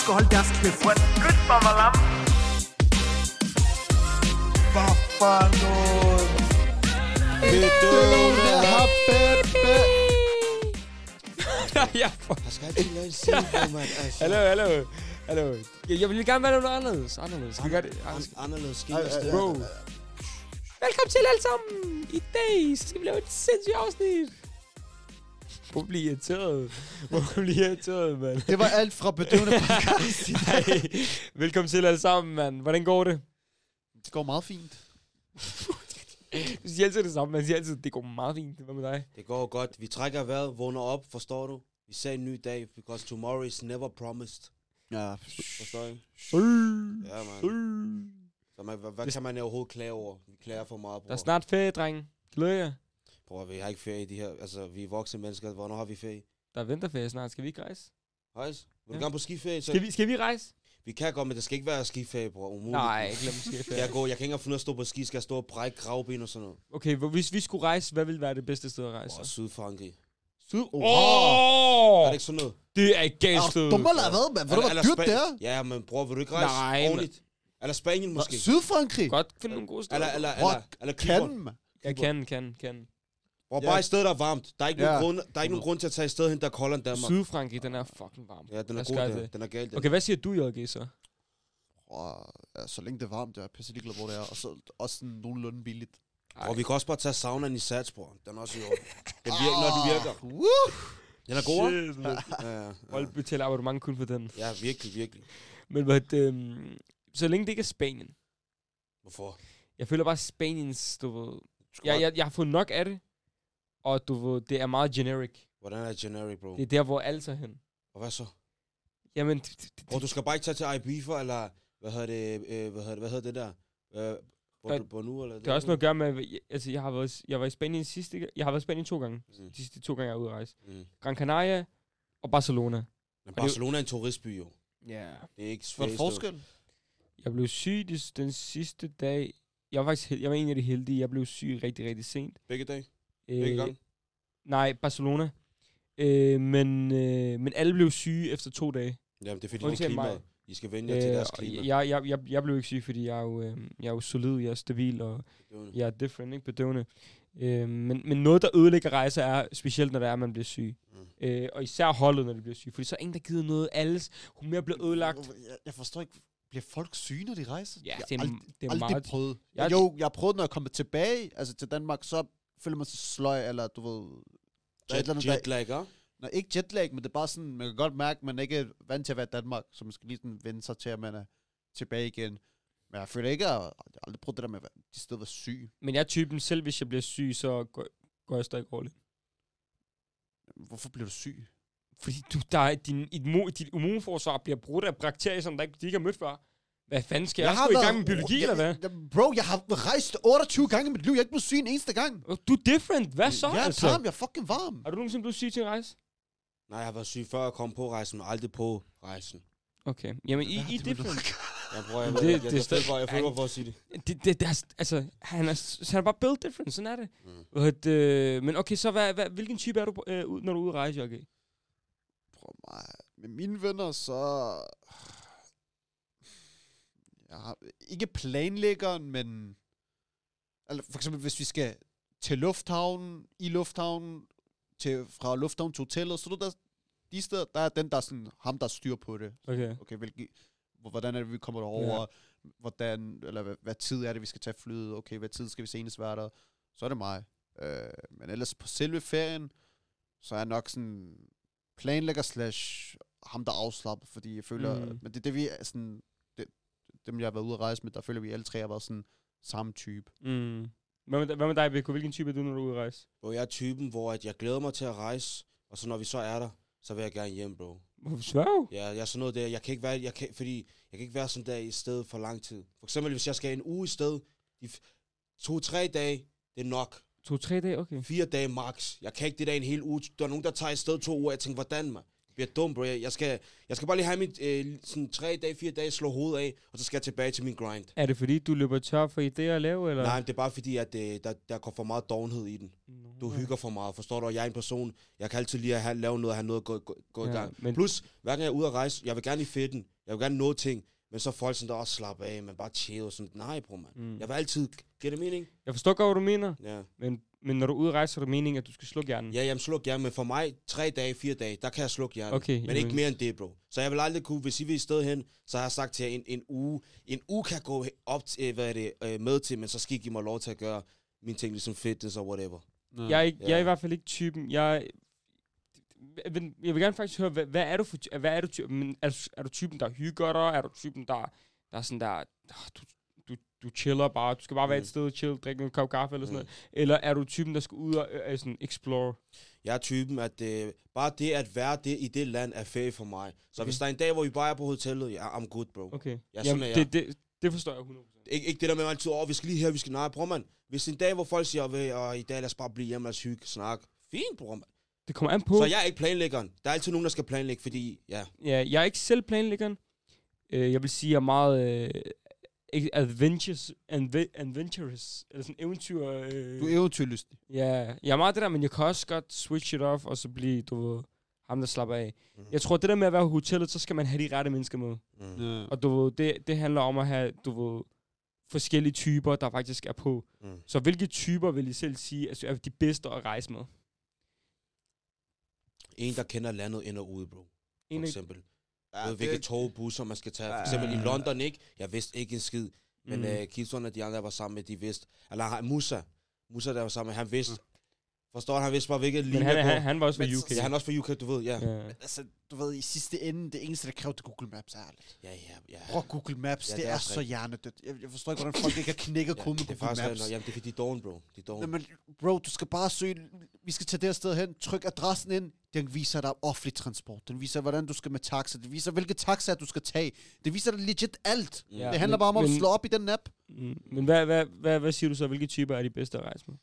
skal holde deres kæft. Good mamalam. Hvad for noget? Bedøvende habebe. Jeg skal altid lave en scene, mand. Hallo. Jeg vil gerne være noget anderledes. Skal vi gøre det? Anderledes sker Bro. Velkommen til alle sammen. I dag så skal vi lave et sindssygt afsnit. Hvor bliver irriteret, mand. Det var alt fra bedøvende podcast. Velkommen til alle sammen, mand. Hvordan går det? Det går meget fint. Du siger altid det samme. Man siger altid, det går meget fint. Hvad med dig? Det går godt. Vi trækker vejret, vågner op, forstår du? Vi ser en ny dag, because tomorrow is never promised. Ja. Forstår du? Ja, man. Så hvad kan man overhovedet klage over? Vi klager for meget, bror. Der er snart ferie, drenge. Glæder jer. Bror, vi har ikke ferie i de her... Altså, vi er voksne mennesker. Hvornår har vi ferie? Der er vinterferie snart. Skal vi ikke rejse? Rejse? Vil du gerne på skiferie? Så... Skal vi rejse? Vi kan godt, men det skal ikke være skiferie, bror. Umuligt. Nej, ikke glem skiferie. Jeg kan ikke engang finde ud af at stå på ski. Skal jeg stå og brække gravben og sådan noget? Okay, hvis vi skulle rejse, hvad ville være det bedste sted at rejse? Sydfrankrig. Er det ikke sådan noget? Det er galt sted. Du må lade hvad, mand? Hvor det var dyrt der? Ja, men bror, vil du ikke rejse ordentligt? Eller Spanien måske? Sydfrankrig? Godt finde nogle gode steder. Eller Kan. Jeg kan. Bror, bare et sted, der er varmt. Der er ikke nogen grund til at tage et sted hen, der er koldere end Danmark. Sydfrankrig, den er fucking varm. Ja, den er god, den er galt. Okay, hvad siger du, JG, så? Så længe det er varmt, jeg er pisse ligeglad, hvor det er. Og så også sådan nogenlunde billigt. Og vi kan også bare tage saunaen i Sats, bror. Den er også i orden. Den virker, når den virker. Den er god, Hold betaler abonnement kun for den. Ja, virkelig. Men så længe det ikke er Spanien. Hvorfor? Jeg føler bare Spaniens, du ved... Jeg har fået nok af det. Og du ved, det er meget generic. Hvordan er det generic, bro? Det er der, hvor alle tager hen. Og hvad så? Jamen... Bro, du skal bare ikke tage til Ibiza, eller... Hvad hedder det der? Bornu, eller det har også noget at gøre med... Altså, jeg var i Spanien Jeg har været i Spanien 2 gange. De sidste 2 gange, jeg er ude at rejse. Gran Canaria og Barcelona. Men Barcelona er en turistby, jo. Ja. Det er ikke hvad er forskel? Jeg blev syg den sidste dag. Jeg var en af de heldige. Jeg blev syg rigtig, rigtig sent. Begge dage? Begge gange? Nej, Barcelona. Men alle blev syge efter 2 dage. Jamen, det er fordi, det er klimaet. I skal vende jer til deres klima. Jeg blev ikke syg, fordi jeg er jo solid, jeg er stabil, og jeg er different, ikke bedøvende. Men noget, der ødelægger rejser, er specielt, når det er, man bliver syg. Og især holdet, når de bliver syge. Fordi så er ingen, der gider noget. Alles humør bliver ødelagt. Jeg forstår ikke, bliver folk syge, når de rejser? Ja, det er aldrig meget... prøvet. Jeg har prøvet, når jeg kommer tilbage til Danmark, så føler man sig sløj, eller du ved... Jetlag, ikke? Nej, ikke jetlag, men det er bare sådan, man kan godt mærke, at man ikke er vant til at være i Danmark, så man skal lige sådan vende sig til, at man er tilbage igen. Men jeg føler ikke, at jeg har aldrig prøvet det der med, at de steder var syg. Men jeg er typen, selv hvis jeg bliver syg, så går jeg stadig roligt. Hvorfor bliver du syg? Fordi dit immunforsvar bliver brudt af bakterier, som de ikke har mødt før. Hvad fanden skal jeg sgu i gang med biologi, eller hvad? Bro, jeg har rejst 28 gange i mit liv. Jeg er ikke blevet syg en eneste gang. Du er different. Hvad så, altså? Jeg er fucking varm. Har du nogensinde blevet syg til en rejse? Nej, jeg har været syg før jeg kom på rejsen, men aldrig på rejsen. Okay. Jamen, I er different. Jeg føler mig for at sige det. Altså, han er bare built different. Sådan er det. Men okay, så hvilken type er du, når du er ude at rejse, JG? Med mine venner, så... Jeg har ikke planlæggeren, men... Altså for eksempel, hvis vi skal til lufthavnen, fra lufthavnen til hotellet, så de steder, der er den, der er sådan, ham, der styr på det. Okay, hvordan er det, vi kommer derover? Ja. Hvad tid er det, vi skal tage flyet? Okay, hvad tid skal vi senest være der? Så er det mig. Men ellers på selve ferien, så er jeg nok sådan planlægger / ham, der afslapper, fordi jeg føler... Men det vi er sådan... Dem, jeg har været ude at rejse med, der føler vi alle tre har været sådan samme type. Hvad med dig, Viggo? Hvilken type er du, når du er ude at rejse? Bro, jeg er typen, hvor jeg glæder mig til at rejse, og så når vi så er der, så vil jeg gerne hjem, bro. Hvorfor? Ja, jeg er sådan noget der. Jeg kan ikke være sådan der i stedet for lang tid. For eksempel, hvis jeg skal en uge i sted, 2-3 dage, det er nok. 2-3 dage, okay. 4 dage max. Jeg kan ikke det der en hel uge. Der er nogen, der tager i sted 2 uger. Jeg tænker, hvordan, man? Det bliver dumt, bro. Jeg skal bare lige have mit sådan 3 dage, 4 dage, slå hovedet af, og så skal jeg tilbage til min grind. Er det fordi, du løber tør for idéer at lave, eller? Nej, det er bare fordi, at der går for meget dovenhed i den. Du hygger for meget, forstår du? Jeg er en person, jeg kan altid lige lave noget, have noget gå i gang. Men plus, hver gang jeg er ude at rejse, jeg vil gerne i fedten, Jeg vil gerne nå ting. Men så folk sådan der også slapper af, man bare chill og sådan. Nej, bror, man. Jeg vil altid... Giver det mening? Jeg forstår godt, hvad du mener. Ja. Men når du udrejser, er det meningen, at du skal slukke hjernen. Ja, jamen sluk hjernen. Men for mig, 3 dage, 4 dage, der kan jeg slukke hjernen. Okay, men ikke mere end det, bro. Så jeg vil aldrig kunne... Hvis I vil i sted hen, så har jeg sagt til jer, en uge... En uge kan gå op til, med til, men så skal I give mig lov til at gøre mine ting, ligesom fitness og whatever. Ja. Jeg er i hvert fald ikke typen. Jeg vil gerne faktisk høre, hvad er du for hvad er du typen? Er du typen, der hygger dig? Er du typen, der er sådan der, du chiller bare, du skal bare være et sted og chill, drikke en kop kaffe eller sådan noget? Eller er du typen, der skal ud og sådan explore? Jeg er typen, at bare det at være det i det land er ferie for mig. Så hvis der er en dag, hvor vi bare er på hotellet, ja, I'm good, bro. Okay. Ja, jamen, det forstår jeg 100%. Ikke det der med altid, vi skal lige her, vi skal... Nej, bror, man. Hvis en dag, hvor folk siger, i dag lad os bare blive hjemme og hygge, snak. Fint, bror, man. Det kommer an på. Så jeg er ikke planlæggeren. Der er altid nogen, der skal planlægge, fordi, Ja, jeg er ikke selv planlæggeren. Jeg vil sige, jeg er meget adventurous, eller sådan eventyr. Du er eventyrlystig. Ja, jeg er meget det der, men jeg kan også godt switch it off, og så blive, du ved, ham der slapper af. Jeg tror, det der med at være på hotellet, så skal man have de rette mennesker med. Og du ved, det handler om at have, du ved, forskellige typer, der faktisk er på. Så hvilke typer vil I selv sige, er de bedste at rejse med? En, der kender landet ind og ude, bro. For eksempel. Ja, hvilke togbusser man skal tage. For eksempel i London, ikke? Jeg vidste ikke en skid. Men Kilson og de andre, der var sammen med, de vidste. Eller Musa, der var sammen med, han vidste. Forstår han vidste bare, hvilket linjer Men han var også fra UK. Ja, han er også fra UK, du ved, ja. Men altså, du ved, i sidste ende, det eneste, der kræver, det Google Maps, ærligt. Ja. Bror, Google Maps, det er så hjernedødt. Jeg forstår ikke, hvordan folk ikke har knækket koden med Google Maps. Jamen, det er fordi, de er doven, bro. De er doven. Men, bro, du skal bare søge, vi skal tage det her sted hen, tryk adressen ind, den viser dig offentlig transport. Den viser, hvordan du skal med taxa. Den viser, hvilke taxaer du skal tage. Det viser dig legit alt. Ja, det handler bare om at slå op i den app. Men hvad siger du så? Hvilke typer er de bedste at rejse med?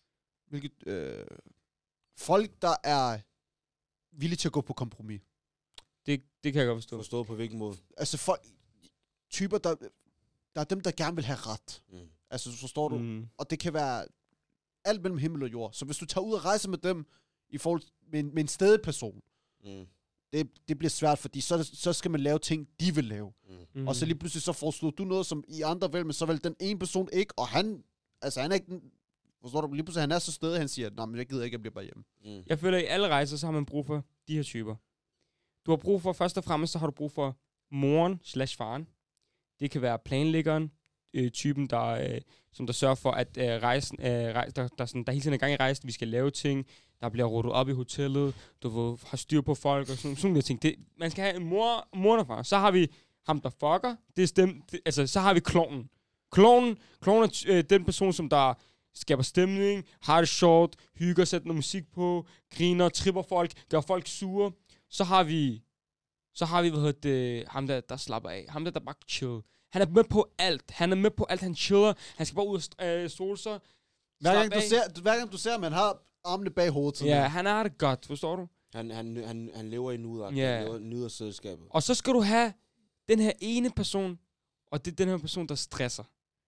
Folk, der er villige til at gå på kompromis. Det kan jeg godt forstå. Forstå på hvilken måde? Altså folk, typer, der er dem, der gerne vil have ret. Altså, forstår du? Og det kan være alt mellem himmel og jord. Så hvis du tager ud og rejser med dem, i forhold med en stedig person, det bliver svært, fordi så skal man lave ting, de vil lave. Og så lige pludselig så foreslår du noget, som I andre vil, men så vil den ene person ikke, og han er ikke den. Forstår du? Lige pludselig, han er så stedig, han siger, nej, men jeg gider ikke, jeg bliver bare hjemme. Jeg føler, at i alle rejser, så har man brug for de her typer. Du har brug for, først og fremmest, så har du brug for moren/faren. Det kan være planlæggeren, typen, som der sørger for, at rejsen, der hele tiden er gang i rejsen, vi skal lave ting, der bliver ruttet op i hotellet, du har styr på folk og sådan nogle ting. Man skal have en mor og far. Så har vi ham, der fucker. Så har vi klovnen. Klovnen er den person, som der skaber stemning, har det sjovt, hygger, sætter noget musik på, griner, tripper folk, gør folk sure. Så har vi ham der slapper af. Ham der bare chill. Han er med på alt. Han chiller. Han skal bare ud og stole sig. Hver gang du ser, man har armene bag hovedet. Ja, han har det godt, forstår du? Han lever i nuet. Yeah. Han nyder selskabet. Og så skal du have den her ene person, og det er den her person, der stresser.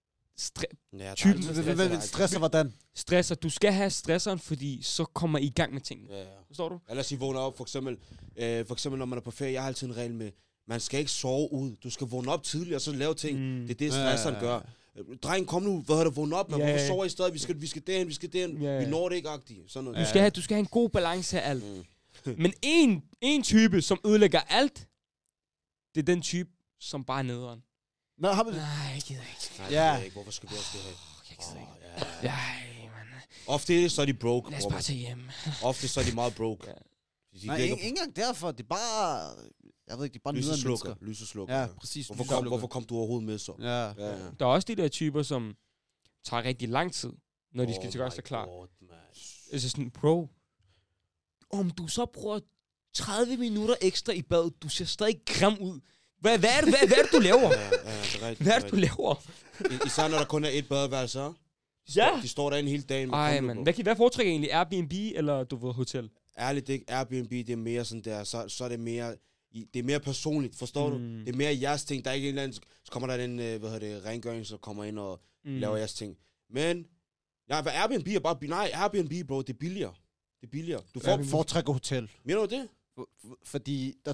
Typen stresser hvordan? Stresser. Du skal have stresseren, fordi så kommer I gang med tingene. Ja. Forstår du? Ellers I vågner op, for eksempel når man er på ferie, jeg har altid en regel med, man skal ikke sove ud. Du skal vågne op tidligt og så lave ting. Det er det, stresseren gør. Dreng, kom nu, hvad har du vågnet op? Hvorfor sover I stadig? Vi skal derhen. Vi når det ikke, agtigt. Sådan noget. Du skal have en god balance af alt. Men en type, som ødelægger alt, det er den type, som bare er nederen. Nej, jeg gider ikke. Nej, ikke. Hvorfor skal du også det her? Jeg gider ikke. Nej, man. Ofte så er de broke. Lad os bare tage hjem. Ofte så er de meget broke. Nej, ikke engang derfor. Det er bare... Jeg ved ikke, det er bare nederen mennesker. Lyseslukker. Ja, præcis. Hvorfor kom du overhovedet med så? Ja. Der er også de der typer, som tager rigtig lang tid, når de skal til gøre sig klar. Altså sådan, bro, om du så bruger 30 minutter ekstra i bad, du ser stadig grim ud. Hvad er det, du laver? Hvad er det, du laver? Især når der kun er et badeværelse, de står der en hel dag. Ej, man. Hvad foretrækker egentlig? Airbnb eller du ved, hotel? Ærligt, det ikke. Airbnb, det er mere sådan der, så er det mere... Det er mere personligt, forstår du? Det er mere jeres ting. Der er ikke en eller anden... Så kommer der den, rengøring, så kommer ind og laver jeres ting. Men... Airbnb er bare... Nej, Airbnb, bro, det er billigere. Du foretrækker hotel. Mener du det? Fordi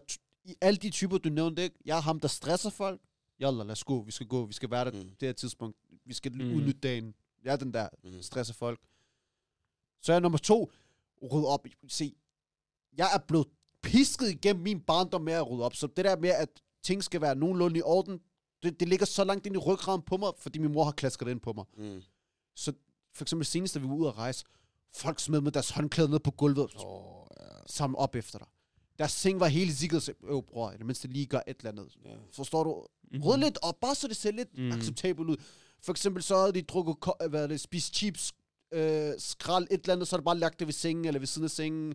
i alle de typer, du nævnte, ikke? Jeg er ham, der stresser folk. Jalla, lad os gå. Vi skal være der det her tidspunkt. Vi skal udnytte dagen. Jeg er den der, stresser folk. Så er nummer 2, rydde op. Se, jeg er blevet pisket igennem min barndom med at rydde op. Så det der med, at ting skal være nogenlunde i orden, det ligger så langt ind i ryggraden på mig, fordi min mor har klasket det ind på mig. Så for eksempel senest, da vi var ude at rejse, folk smed med deres håndklæder ned på gulvet, sammen op efter dig. Deres ting var hele zigget, så bror, i det mindste lige gør et eller andet. Forstår du? Ryd lidt op, bare så det ser lidt acceptabelt ud. For eksempel så havde de drukket, spist chips, skrald, et eller andet, så er det bare lagt det ved sengen, eller ved siden af sengen.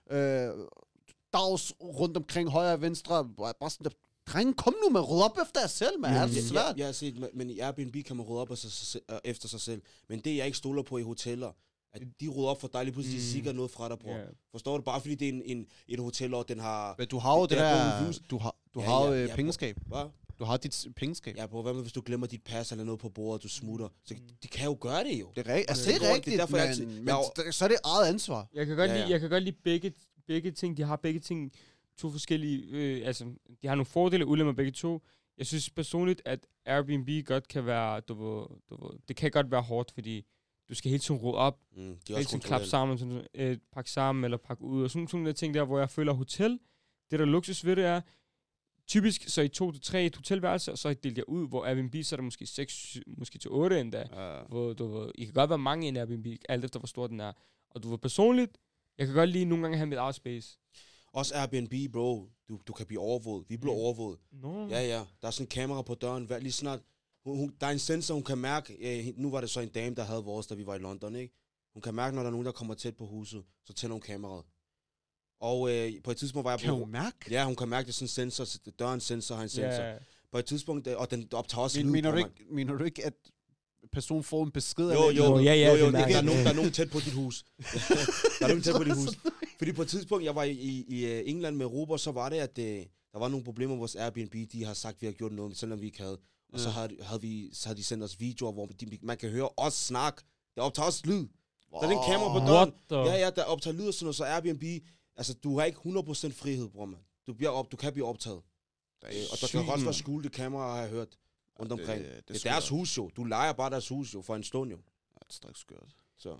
Dags rundt omkring højre og venstre. Bare sådan der, drenge, kom nu med, rydde op efter jer selv, man. Det er så svært. Jeg har set, men i Airbnb kan man rydde op efter sig selv. Men det, jeg ikke stoler på i hoteller, at de rydder op for dig, lige pludselig de sikkert noget fra dig, bror. Yeah. Forstår du? Bare fordi det er et hotel, og den har... Men du har jo det der... Du har jo pengeskab. Hvad? Du har dit pengeskab. Ja, bror, hvad med, hvis du glemmer dit pas eller noget på bordet, du smutter? Så de kan jo gøre det jo. Det er rigtigt. Altså, det er rigtigt, men så er det eget ansvar. Jeg kan godt lide begge ting. De har begge ting to forskellige... altså, de har nogle fordele og ulemper begge to. Jeg synes personligt, at Airbnb godt kan være... det kan godt være hårdt, fordi... Du skal hele tiden rydde op, hele tiden klappe sammen, pakke sammen eller pakke ud, og sådan nogle ting der, hvor jeg føler hotel, det der luksus ved det er, typisk så i 2 til 3 et hotelværelse, og så delt jeg ud, hvor Airbnb, så er der måske 6, måske til 8 endda, hvor I kan godt være mange i en Airbnb, alt efter hvor stor den er. Og du var personligt, jeg kan godt lide nogle gange have mit eget space. Også Airbnb, bro, du kan blive overvåget, vi bliver overvåget. Ja, der er sådan en kamera på døren, lige snart. Der er en sensor, hun kan mærke, nu var det så en dame, der havde vores, da vi var i London, ikke? Hun kan mærke, når der er nogen, der kommer tæt på huset, så tænder hun kameraet. Og på et tidspunkt var jeg på... Kan hun mærke? Ja, hun kan mærke, det er sådan en sensor, dørens sensor har en sensor. Yeah. På et tidspunkt, og den optager også lyd. Mener du ikke, at personen får en besked? Jo, der er nogen tæt på dit hus. Der er nogen tæt på dit hus. Fordi på et tidspunkt, jeg var i England med Robert, så var det, at der var nogle problemer med vores Airbnb, de har sagt, at vi har gjort noget, selvom vi ikke havde. Og så havde de sendt os videoer, hvor man kan høre os snakke. Der optager også lyd. Wow. Der er den kamera på døren. Ja, der optager lyd og sådan noget. Så Airbnb, altså du har ikke 100% frihed, bror, man. Du kan blive optaget. Og der kan også være skjulte kameraer, har jeg hørt, rundt omkring. Det er deres hus jo. Du lejer bare deres hus jo, for en stund jo. Ja, det er straks skørt. Så.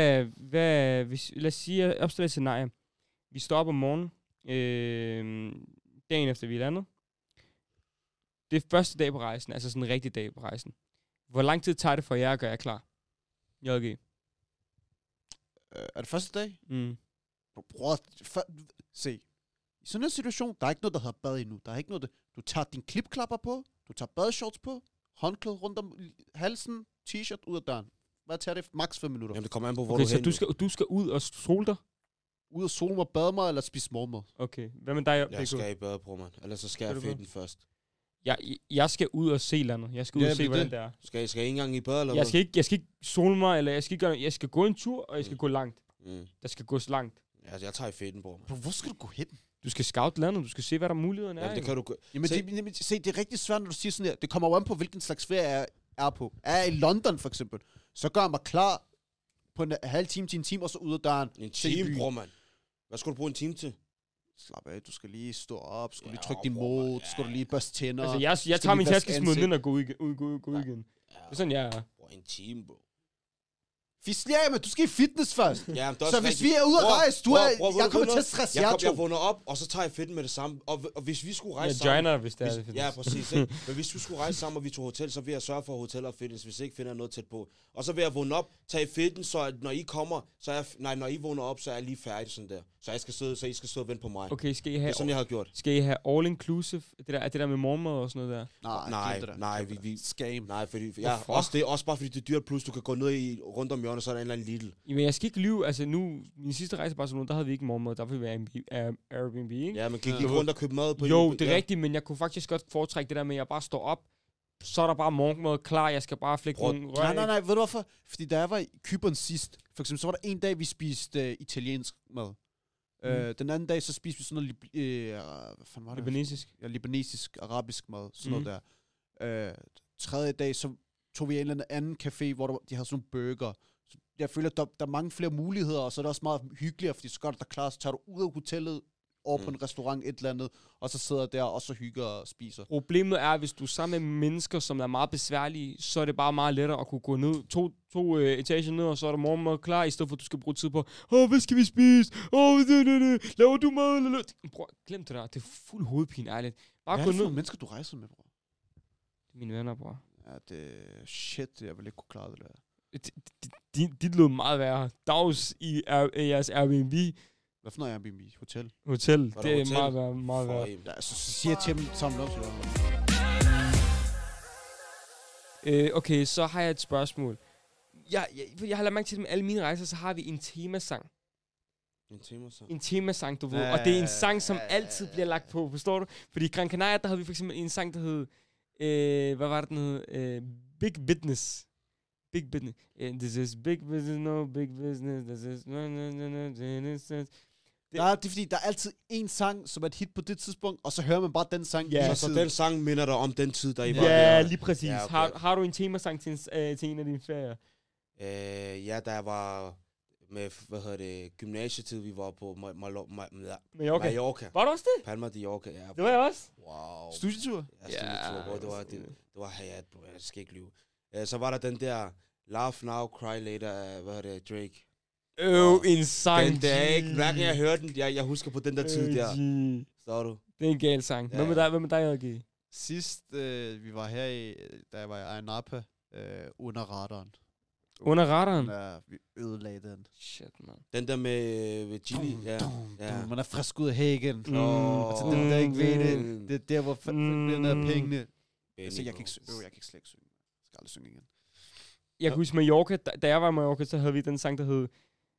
Lad os sige, jeg opstiller et scenarie. Vi står op om morgenen, dagen efter vi er landet. Det er første dag på rejsen, altså sådan en rigtig dag på rejsen. Hvor lang tid tager det for jer at gøre jer klar? JG. Er det første dag? Bror, se. I sådan en situation, der er ikke noget, der hedder bad endnu. Der er ikke noget, du tager din klipklapper på, du tager badeshorts på, håndklæde rundt om halsen, t-shirt ud af døren. Hvad tager det? Max 5 minutter. Jamen, det kommer an på, hvor du er hen. Så du skal ud og sole dig? Ud og sole mig, bade mig, eller spise morgenmad. Okay. Hvad med dig? Jeg skal i bade, bror, man. Ellers så skal jeg fedten først. Jeg skal ud og se landet. Jeg skal ud og se, hvordan det er. Skal jeg ikke engang i bad, eller jeg skal ikke sole mig, eller jeg skal gå en tur, og jeg skal gå langt. Der skal gås langt. Altså, jeg tager i fedten, bror. Hvor skal du gå hen? Du skal scout landet, du skal se, hvad der mulighederne er. Ja, det kan du gå. Jamen, det er rigtig svært, når du siger sådan her. Det kommer jo an på, hvilken slags ferie jeg er på. Er jeg i London, for eksempel, så gør jeg mig klar på en halv time til en time, og så ud af døren. En time, bror, mand. Hvad skal du bruge en time til? Slap af, du skal lige stå op, skal lige trykke din mod, skal du lige børste tænder. Altså, jeg tager min taske, smid den og gå ud igen. Det er sådan, jeg er. En time, bro. Ja, men du skal i fitness først. Ja, så hvis vi er ude at rejse, jeg kommer til at stresse jer to. Jeg vågner op, og så tager jeg fedten med det samme. Og hvis vi skulle rejse sammen... joiner, hvis det er fitness. Ja, præcis. Ikke? Men hvis vi skulle rejse sammen, og vi tog hotel, så vil jeg sørge for hotel og fitness, hvis jeg ikke finder noget tæt på. Og så vil jeg vågne op, tage fedten, så når I kommer, når I vågner op, så er jeg lige færdig sådan der. Så I skal sidde og vente på mig. Okay, det er sådan, jeg har gjort. Skal I have all inclusive? Det der med morgenmad og sådan noget der? Nej, vi scam. Nej, fordi også bare fordi det er dyrt, plus du kan gå ned rundt om hjørnet, så er der en eller anden Lidl. Jamen, jeg skal ikke lyve. Altså nu, min sidste rejse i Barcelona, der havde vi ikke morgenmad. Der ville vi være Airbnb, ikke? Ja, men gik ikke rundt og købe mad på... Jo, det er rigtigt, men jeg kunne faktisk godt foretrække det der med, at jeg bare står op, så er der bare morgenmad klar, jeg skal bare flække nogle rør. Nej, ved du hvorfor? Fordi da jeg var i Cypern sidst, for eksempel, så var der en dag, vi spiste italiensk mad. Den anden dag, så spiste vi sådan noget hvad fanden var det? Libanesisk. Ja, libanesisk, arabisk mad, sådan noget der. Tredje dag, så tog vi en eller anden café, hvor de havde sådan nogle burger. Så jeg føler, at der er mange flere muligheder, og så er det også meget hyggeligere, fordi så gør det dig klar, så tager du ud af hotellet, over på en restaurant, et eller andet, og så sidder der, og så hygger og spiser. Problemet er, hvis du er sammen med mennesker, som er meget besværlige, så er det bare meget lettere at kunne gå ned, to etager ned, og så er der morgenmad klar, i stedet for, at du skal bruge tid på, hvad skal vi spise? Laver du mad? Bror, glem det der. Det er fuld hovedpine, ærligt. Bare Hvad gå er det for ned. mennesker, du rejser med, bror? Mine venner, bror. Ja, det... Shit, jeg vil ikke kunne klare det der. Dit lød meget værre. Dags i jeres Airbnb. Hvad for noget Airbnb? Hotel? Hotel. Var Det er hotel? meget værre. Ja, så siger jeg til dem, sammen op til dig. Okay, så har jeg et spørgsmål. Jeg har lagt mærke til, at med alle mine rejser, så har vi en temasang. En temasang, du ved. Og det er en sang, som altid bliver lagt på, forstår du? Fordi i Gran Canaria, der havde vi for eksempel en sang, der hed... hvad var det, den hed? Big Business. Big Business. This is big business, no big business. This is... Det er fordi, der er altid en sang, som er et hit på det tidspunkt, og så hører man bare den sang. Ja, så den sang minder dig om den tid, der I var ja, lige præcis. Ja, okay. Har du en temasang til en af dine ferier? Ja, da jeg var med, gymnasietid, vi var på Mallorca. Var du også det? Palma de Mallorca, ja. Det var jeg også. Wow. Studietur? Ja, studietur, det var hayat, bro. Jeg skal ikke lyve. Så var der den der Laugh Now, Cry Later, Drake. En sang. Den der ikke, hver gang jeg hørte den, jeg husker på den der tid der. Så du. Det er en gal sang. Ja. Hvad med dig, AG? Sidst, vi var her da jeg var i Ayia Napa, under radaren. Under radaren? Ja, vi ødelagde den. Shit, man. Den der med Gilly, ja. Man er frisk ud af hækken. Altså, dem, der ikke ved det, det er der, hvor den er pengene. Altså, jeg kan ikke slet ikke synge. Jeg skal aldrig synge igen. Jeg kan huske Mallorca, da jeg var i Mallorca, så havde vi den sang, der hed...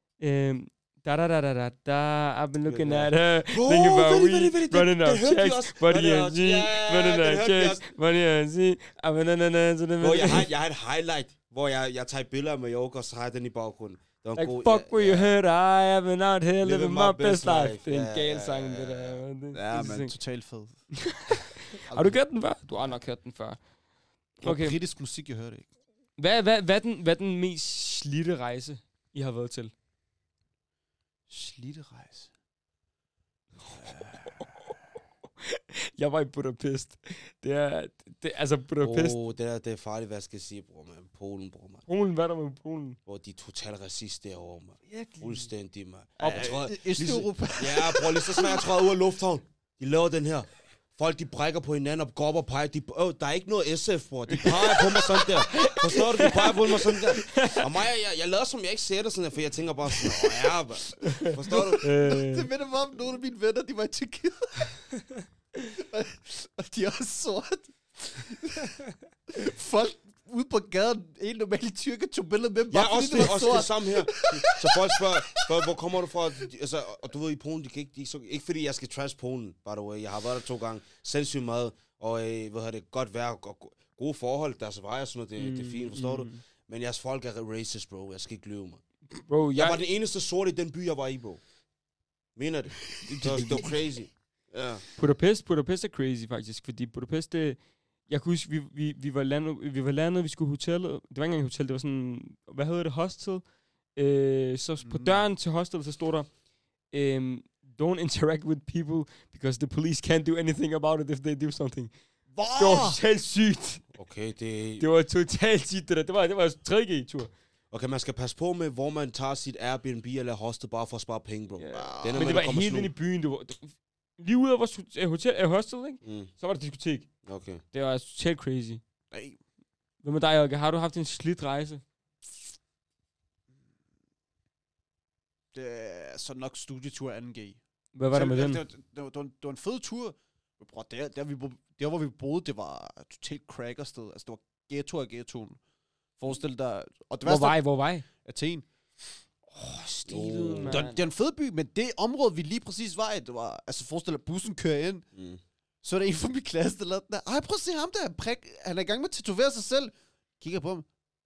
I've been looking at her, thinking about we, running out checks, money and G, running out checks, money and G, hvor jeg har et highlight, hvor jeg tager billeder af Mallorca, og så har jeg den i baggrunden. Like, fuck where you heard, I have been out here living my best life. Det er en gal sang, det der. Ja, men totalt fed. Har du hørt den før? Du har nok hørt den før. Okay. Britisk musik, jeg hørte ikke. Hvad er den mest slidte rejse, I har været til? Slidte rejse? Jeg var i Budapest. Altså Budapest. Det er farligt, hvad jeg skal sige, bror, man. Polen, bror, man. Polen, hvad er der med Polen? Hvor de er totalt racist derovre, man. Virkelig? Fuldstændig, man. Østeuropa. Ja, bror, lige så snart jeg træder ud af lufthavn. De laver den her. Folk, de brækker på hinanden og går op og peger. Der er ikke noget SF, bror. De peger på mig sådan der. Forstår du? De peger på mig sådan der. Og mig, jeg lader som jeg ikke ser det sådan der, for jeg tænker bare sådan, ja, man. Forstår du? Det minder mig om nogle af mine venner, de var i Tyrkiet. Og de er også sort. Folk ude på gaden, en normal tyrker tog billeder med dem. Ja, også det samme her. Så folk spørger, hvor kommer du fra? Altså, og du ved, i Polen, de ikke fordi jeg skal trash Polen, by the way. Jeg har været der 2 gange. Sindssygt mad, og godt vejr, gode forhold, deres vej og sådan noget, det er fint, forstår du? Men jeres folk er racist, bro. Jeg skal ikke lyve, mig. Bro, jeg var den eneste sorte i den by, jeg var i, bro. Mener det? Det var crazy. Ja. Budapest er crazy, faktisk, fordi Budapest, jeg kan huske, vi var landet, vi skulle hotellet. Det var ikke engang hotel, det var sådan, hvad hedder det, hostel. Så på døren til hostel, så stod der, don't interact with people, because the police can't do anything about it if they do something. Wow. Det var totalt sygt. Okay, det var totalt sygt, det der. Det var 3G-tur. Okay, man skal passe på med, hvor man tager sit Airbnb eller hostel, bare for at spare penge, bro. Yeah. Men det var helt inde i byen. Lige ude af vores hostel, ikke? Så var der diskotek. Okay. Det var totalt crazy. Nej. Hvad med dig, Olga? Har du haft en slidt rejse? Det er så nok studietur 2G. Hvad var der med den? Det var en fed tur. Bro, der hvor vi boede, det var totalt crackersted. Altså, det var ghetto af ghettoen. Forestil dig... Og det hvor var I? Athen. Stilet, man. Det er en fed by, men det område, vi lige præcis var i, det var... Altså, forestil dig, bussen kører ind. Så er der en fra min klasse, der lavede den der. Ej, prøv at se ham der. Han er i gang med at tatovere sig selv. Kigger på ham.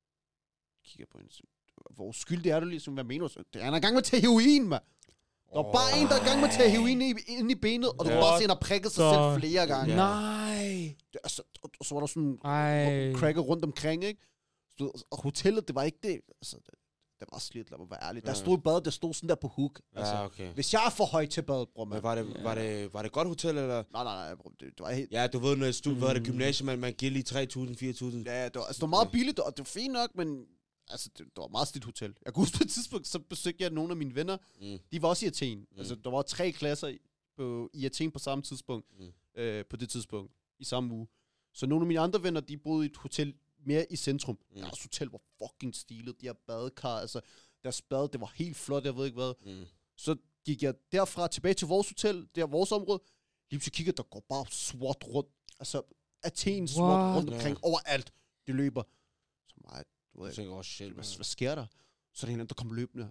Hvor skyldig er du ligesom? Hvad mener du? Han er i gang med at tage heroin, mand. Der var bare en, der er i gang med at tage heroin ind i benet, og du kan bare se, at han har prikket sig selv flere gange. Nej. Så var der sådan cracker rundt omkring, ikke? Og hotellet, det var ikke det. Altså, det var slidt, lad mig være ærlig. Der stod badet, der stod sådan der på hook. Altså, okay. Hvis jeg er for højt til badet, bror, man. Var det et godt hotel, eller? Nej, bro, det var helt... Ja, du ved, når var det gymnasium, man giver lige 3.000, 4.000. Ja, det var meget billigt, og det var fint nok, men altså, det var et meget slidt hotel. Jeg kunne huske på et tidspunkt, så besøgte jeg nogle af mine venner. De var også i Athen. Altså, der var 3 klasser i Athen på samme tidspunkt. På det tidspunkt. I samme uge. Så nogle af mine andre venner, de boede i et hotel mere i centrum. Deres hotel var fucking stilet. De her badekar, altså deres bad, det var helt flot, jeg ved ikke hvad. Så gik jeg derfra tilbage til vores hotel, der vores område. Lige så kigger der går bare sort rundt. Altså Athen sort rundt omkring overalt. Det løber. Så meget, du ved ikke, hvad sker der? Så er der en der kommer løbende.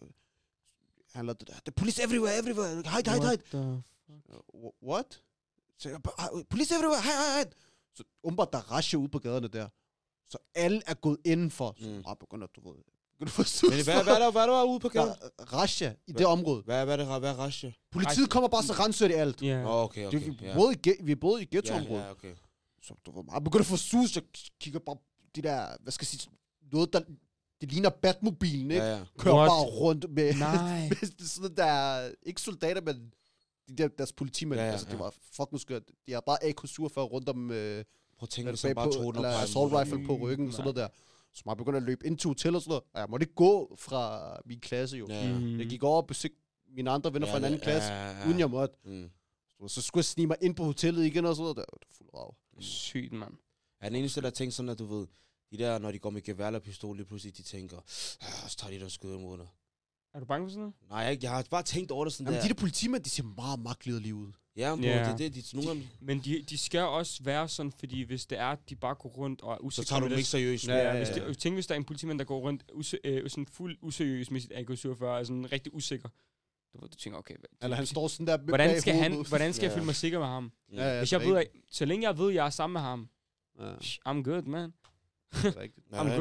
Eller der police everywhere. Hide. What? Så police everywhere, hide. Så umiddelbart der rasher ud på gaderne der. Så alle er gået indenfor. Så begynder du ved. Hvad er der ude på gaden? Rasher i det område. Hvad er rasher? Politiet kommer bare, så renser det alt. Okay. Vi boede i ghettoområdet. Okay. Så du ved, jeg begynder at få sus, jeg kigger bare de der, hvad skal jeg sige, noget der, det ligner Batmobilen, ikke? Kører bare rundt med, med sådan der, ikke soldater, men de deres politimænd. Altså, det var fucking skørt. De har bare AK-47 rundt om, prøv at tænke, så bare tog eller assault rifle på ryggen, og sådan noget der. Så jeg begyndte at løbe ind til hotel og sådan noget. Og jeg måtte ikke gå fra min klasse, jo. Jeg gik over og besøgte mine andre venner fra en anden klasse, uden jeg måtte. Så skulle jeg snige mig ind på hotellet igen og sådan noget. Det var fuld rav. Sygt, mand. Er den eneste, der tænker sådan, at du ved, de der, når de går med gevær eller pistol, lige pludselig, de tænker, så tager de der skyder mod dig. Er du bange for sådan noget? Nej, jeg har bare tænkt over det sådan. Jamen, de der politimænd, de ser meget magtliderlige ud. Ja, bro, det er nogle. Men de skal også være sådan, fordi hvis det er, de bare går rundt og er usikre. Så tager du dem ikke seriøst. Tænk, hvis der er en politimand, der går rundt sådan fuld useriøs med sit AK-47, og sådan rigtig usikker. Du tænker, okay. Eller han står sådan der hvordan skal jeg føle mig sikker med ham? Hvis jeg ved, så længe jeg ved, at jeg er sammen med ham, I'm good, man. I'm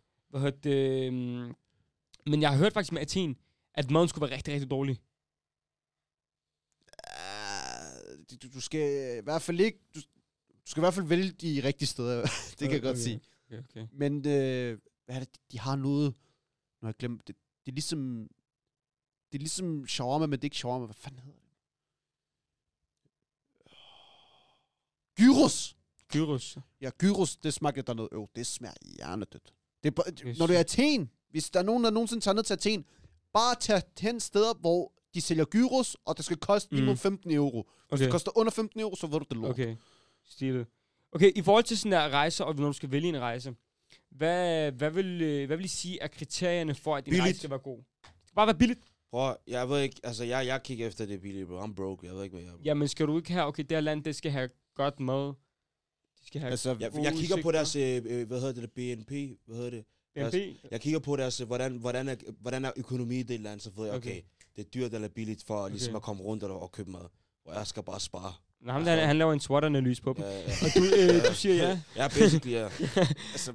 good. Men jeg har hørt faktisk med Athen, at maden skulle være rigtig, rigtig dårlig. Du skal i hvert fald ikke... Du skal i hvert fald vælge de rigtige steder. Det kan jeg godt sige. Okay. Men hvad er det? De har noget... Når jeg glemmer det. Det er ligesom shawarma, men det er ikke shawarma. Hvad fanden hedder det? Gyros. Ja, gyros, det smagte der noget. Det smager hjernedødt. Når du er i Athen, hvis der er nogen, der nogensinde tager ned til Athen, bare tag hen steder, hvor de sælger gyros, og det skal koste minimum 15 euro. Hvis det koster under 15 euro, så ved du det lort. Okay, stilet. Okay, i forhold til sådan der rejser, og når du skal vælge en rejse, hvad vil I sige er kriterierne for, at din rejse skal være god? Det skal bare være billigt. Prøv, jeg ved ikke, altså jeg kigger efter det billigt, bro. I'm broke, jeg ved ikke, hvad jeg er. Jamen skal du ikke have, okay, det her land, det skal have godt mad. Det skal have jeg kigger på deres, hvad hedder det, BNP, hvad hedder det? Jeg kigger på deres, hvordan er økonomi i det land, så ved jeg, okay, det er dyrt eller billigt for ligesom at komme rundt og købe mad. Og jeg skal bare spare. Nå, han laver en SWOT-analyse på dem. Ja. Og du siger ja? Ja, basically, ja. Altså,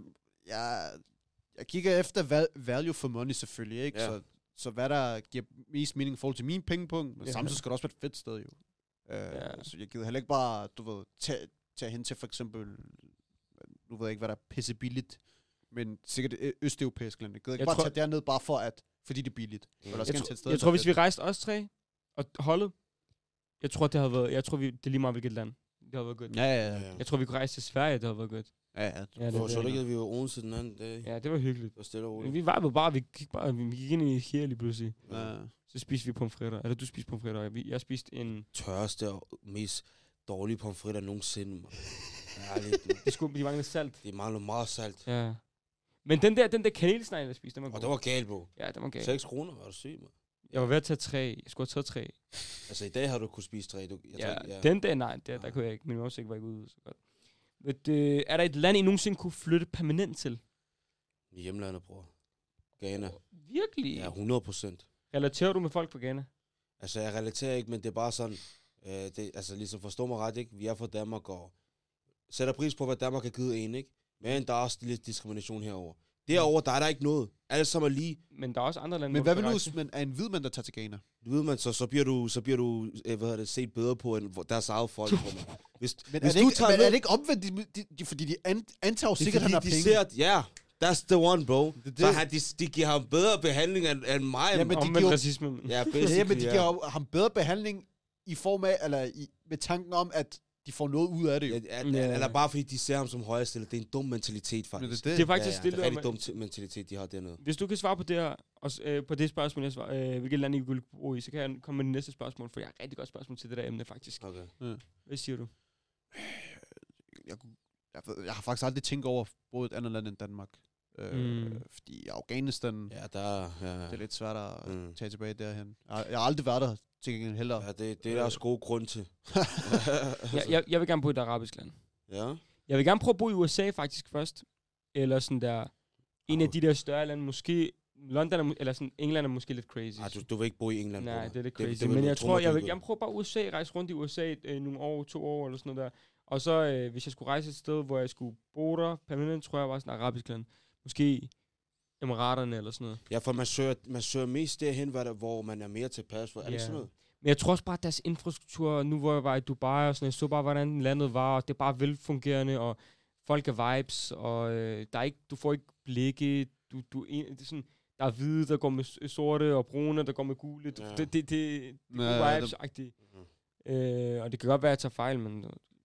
jeg kigger efter value for money selvfølgelig, ikke? Ja. Så hvad der giver mest mening i forhold til min pengepunkt, men samtidig skal det også være et fedt sted, jo. Så jeg gider heller ikke bare, du ved, tage hen til for eksempel, nu ved jeg ikke, hvad der er pissebilligt, men sikkert et østeuropæisk land. Jeg gider ikke bare tage derned bare fordi det er billigt. Jeg tror, hvis vi rejste os tre og holdet, jeg tror, det er lige meget hvilket land. Det havde været godt. Ja. Jeg tror, vi kunne rejse til Sverige, det havde været godt. Ja. Så det ikke, at vi var Odense den anden dag. Ja, det var hyggeligt. Og stille og roligt. Vi var bare, vi gik ind i her lige pludselig. Ja. Så spiste vi pomfritter. Eller du spiste pomfritter. Jeg spiste en... Tørste og mest dårlige pomfritter nogensinde. De mangler salt. De mangler meget salt. Ja. Men den der kanelsnegl, jeg spiste, den var god. Og det var galt, bro. Ja, den var galt. 6 kroner, var du syg, man. Jeg var ved at tage 3. Jeg skulle have taget 3. Altså, i dag har du kunnet spise 3. Den dag, nej. Der kunne jeg ikke. Min oversigt var ikke ude så godt. Men, er der et land, I nogensinde kunne flytte permanent til? I hjemlandet, bror. Ghana. Virkelig? Ja, 100%. Relaterer du med folk fra Ghana? Altså, jeg relaterer ikke, men det er bare sådan... altså, ligesom forstår mig ret, ikke? Vi er fra Danmark og sætter pris på, hvad Danmark har givet en, ikke? Men der er også lidt diskrimination herover. Derover der er der ikke noget. Alle sammen er lige. Men der er også andre lande. Men hvad vil du, men er en hvid mand, der tager til Ghana? Ved man, så bliver du set bedre på, end deres eget folk. Men er det ikke omvendt, fordi de antager sikkert, han har penge? Ja, That's the one, bro. Så de giver ham bedre behandling end mig. Ja, men de giver racisme. Ja, men de giver ham bedre behandling i form af, eller med tanken om, at de får noget ud af det jo. Eller bare fordi de ser ham som højere stillet. Det er en dum mentalitet, faktisk. Det er faktisk det er en rigtig dum mentalitet, de har dernede. Hvis du kan svare på det her, og på det spørgsmål, jeg svarer, hvilket land I vil bo i, så kan jeg komme med det næste spørgsmål, for jeg har et rigtig godt spørgsmål til det der emne, faktisk. Okay. Hvad siger du? Jeg har faktisk aldrig tænkt over både et andet land end Danmark. Fordi Afghanistan, det er lidt svært at tage tilbage derhen. Jeg har aldrig været der til gengæld heller. Ja, det er der også god grund til. jeg vil gerne bo i et arabisk land. Ja. Jeg vil gerne prøve at bo i USA faktisk først. Eller sådan der, en af de der større lande, måske London eller sådan England er måske lidt crazy. Du vil ikke bo i England. Nej, det er lidt crazy. Men jeg tror, jeg vil gerne prøve bare USA, rejse rundt i USA nogle år, 2 år eller sådan noget der. Og så, hvis jeg skulle rejse et sted, hvor jeg skulle bo der permanent, tror jeg var sådan et arabisk land. Måske Emiraterne eller sådan noget. Ja, for man søger mest derhen, hvor man er mere tilpas. Er det sådan noget? Men jeg tror også bare, at deres infrastruktur, nu hvor jeg var i Dubai og sådan, jeg så bare, hvordan landet var, og det er bare velfungerende, og folk er vibes, og der er ikke, du får ikke blikke, det er sådan, der er hvide, der går med sorte, og brune, der går med gule. Det er vibes-agtigt. Og det kan godt være, at jeg tager fejl, men...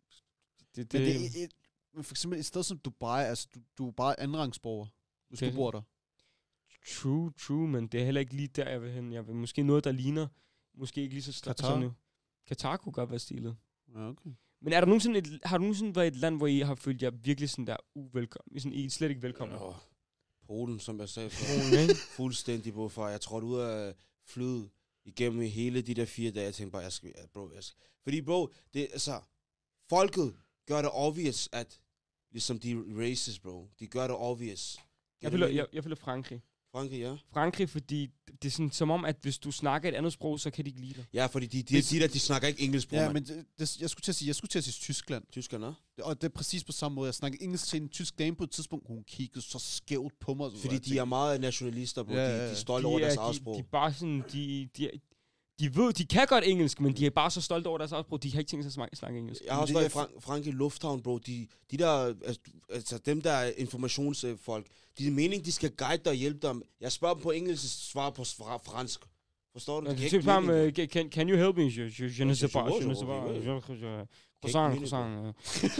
Men for eksempel et sted som Dubai, altså du er bare andenrangsborger, hvis du bor der. True, men det er heller ikke lige der, jeg vil hen. Jeg vil måske noget, der ligner, måske ikke lige så Qatar. Qatar kunne godt være stilet. Ja, okay. Men har du nogensinde været i et land, hvor I har følt jer virkelig sådan der uvelkommen? Sådan, I er slet ikke velkommen? Ja. Polen, som jeg sagde før. Fuldstændig hvorfor. Jeg trådte ud af flyet igennem hele de der 4 dage. Jeg tænkte bare, jeg skal. Fordi bro, det altså, folket gør det obvious, at ligesom de racist, bro. De gør det obvious. Jeg føler Frankrig. Frankrig, ja. Frankrig, fordi det er sådan, som om, at hvis du snakker et andet sprog, så kan de ikke lide dig. Ja, fordi de snakker ikke engelsk, ja, men jeg skulle til at sige Tyskland. Tyskland, ja. Og det er præcis på samme måde. Jeg snakkede engelsk til en tysk dame på et tidspunkt, hun kiggede så skævt på mig. Fordi de er meget nationalister, bro. De er stolte over deres eget sprog. De er bare sådan, de ved, de kan godt engelsk, men de er bare så stolte over deres eget sprog, de har ikke tænkt sig at snakke engelsk. Jeg har også været i Frankrig Lufthavn, bro. De der, altså dem der er informationsfolk, de er meningen, de skal guide dig og hjælpe dem. Jeg spørger dem på engelsk, svarer på fransk. Forstår du? Can you help me? Je ne sais pas. Croissant.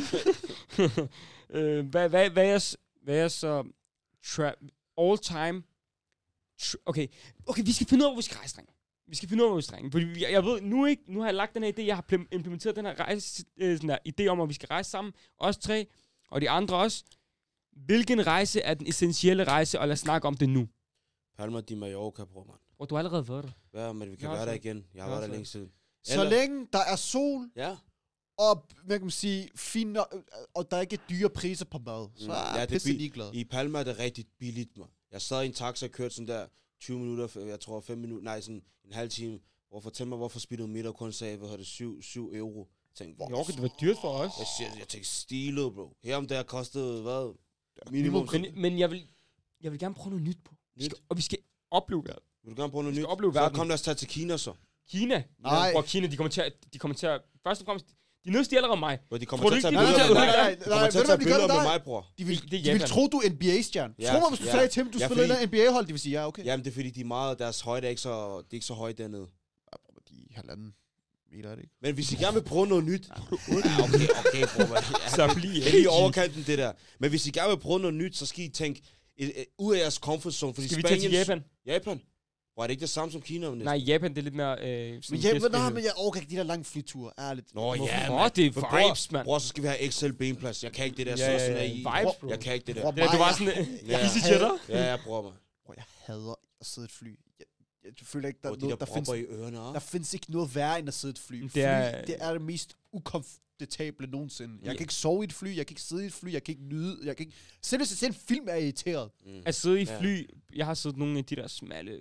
Hvad er så all time? Okay, vi skal finde ud af, hvor vi skal rejse, drenge. Fordi jeg ved, nu har jeg lagt den her idé, jeg har implementeret den her rejse, sådan der idé om, at vi skal rejse sammen. Os 3, og de andre også. Hvilken rejse er den essentielle rejse, og lad os snakke om det nu. Palma de Mallorca, bror, man. Og du har allerede været der. Ja, men vi kan være der igen. Jeg har været der længe siden. Så længe der er sol, og hvad kan man sige, fint, og der er ikke dyre priser på mad, så er jeg pisse ligeglad. I Palma er det rigtig billigt, man. Jeg sad i en taxa og kørte sådan der 20 minutter, jeg tror 5 minutter, nej, sådan en halv time. Fortæl mig, hvorfor spillede middag kun sagde, hvad havde det, 7 euro. Tænkte, det var dyrt for os. Jeg tænkte, stilet, bro. Her om der kostede, hvad? Minimum. Men jeg vil gerne prøve noget nyt på. Og vi skal opleve verden. Vil du gerne prøve noget nyt? Så kom lad os tage til Kina, så. Kina? Nej. Og Kina, de kommer til at først og fremmest, de nødste allerede mig. De kommer til at tage billeder med mig, bror. De vil tro, du er NBA-stjerne. Tro mig, hvis du sagde til dem, du spiller i en NBA-hold, de vil sige, ja, okay. Jamen, det er fordi, de er meget, deres højde er ikke så højt dernede. De er 1,5 meter, er det ikke? Men hvis I gerne vil prøve noget nyt... okay, bror. Så bliver det er lige overkanten, det der. Men hvis I gerne vil prøve noget nyt, så skal I tænke ud af jeres comfort zone. Skal vi tage til Japan? Japan? Hvor er det ikke det samme som Kina? Nej, Japan, det er lidt mere... men jeg overgår ikke de der lange flyture, ærligt. Nå ja, man. Det er vibes, mand. Bror, så skal vi have XL benplads. Jeg kan ikke det der sådan af i. Vibes, bro. Jeg kan ikke det der. Det var sådan... EasyJetter? Ja, bror, man. Bror, jeg hader at sidde et fly. Jeg føler ikke, der findes ikke noget værre end at sidde et fly. Det er det mest ukomfortable nogensinde. Jeg kan ikke sove i et fly, jeg kan ikke sidde i et fly, jeg kan ikke nyde, jeg kan ikke... Selv hvis jeg ser en film, er jeg irriteret. At sidde i fly... Jeg har siddet nogle af de der smalle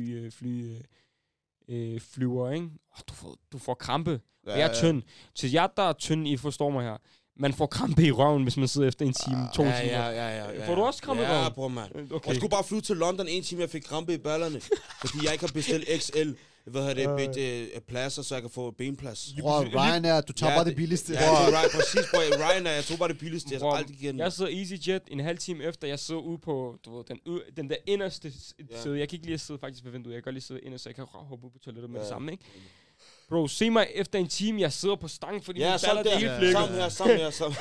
flyver, ikke? Du får krampe. Ja, jeg er tynd. Så jeg, der er tynd, I forstår mig her. Man får krampe i røven, hvis man sidder efter 1 time, 2 timer. Ja. Får du også krampe i røven? Ja, bror, mand. Okay. Jeg skulle bare flyve til London 1 time, jeg fik krampe i ballerne. Fordi jeg ikke har bestilt XL. pladser, så jeg kan få benplads. Bror, Ryanair, du tager bare det billigste. Ja, præcis, bror. Ryanair, jeg tog bare det billigste. Jeg skal aldrig give den. Jeg sidder EasyJet en halv time efter, jeg sidder ude på, du ved, den der inderste side. Jeg kan ikke lige sidde faktisk ved vinduet, jeg kan godt lige sidde inderst, så jeg kan hoppe ud på toilettet med det samme, ikke? Bro, se mig efter en time, jeg sidder på stangen, fordi min baller det hele flækker. Sammen her.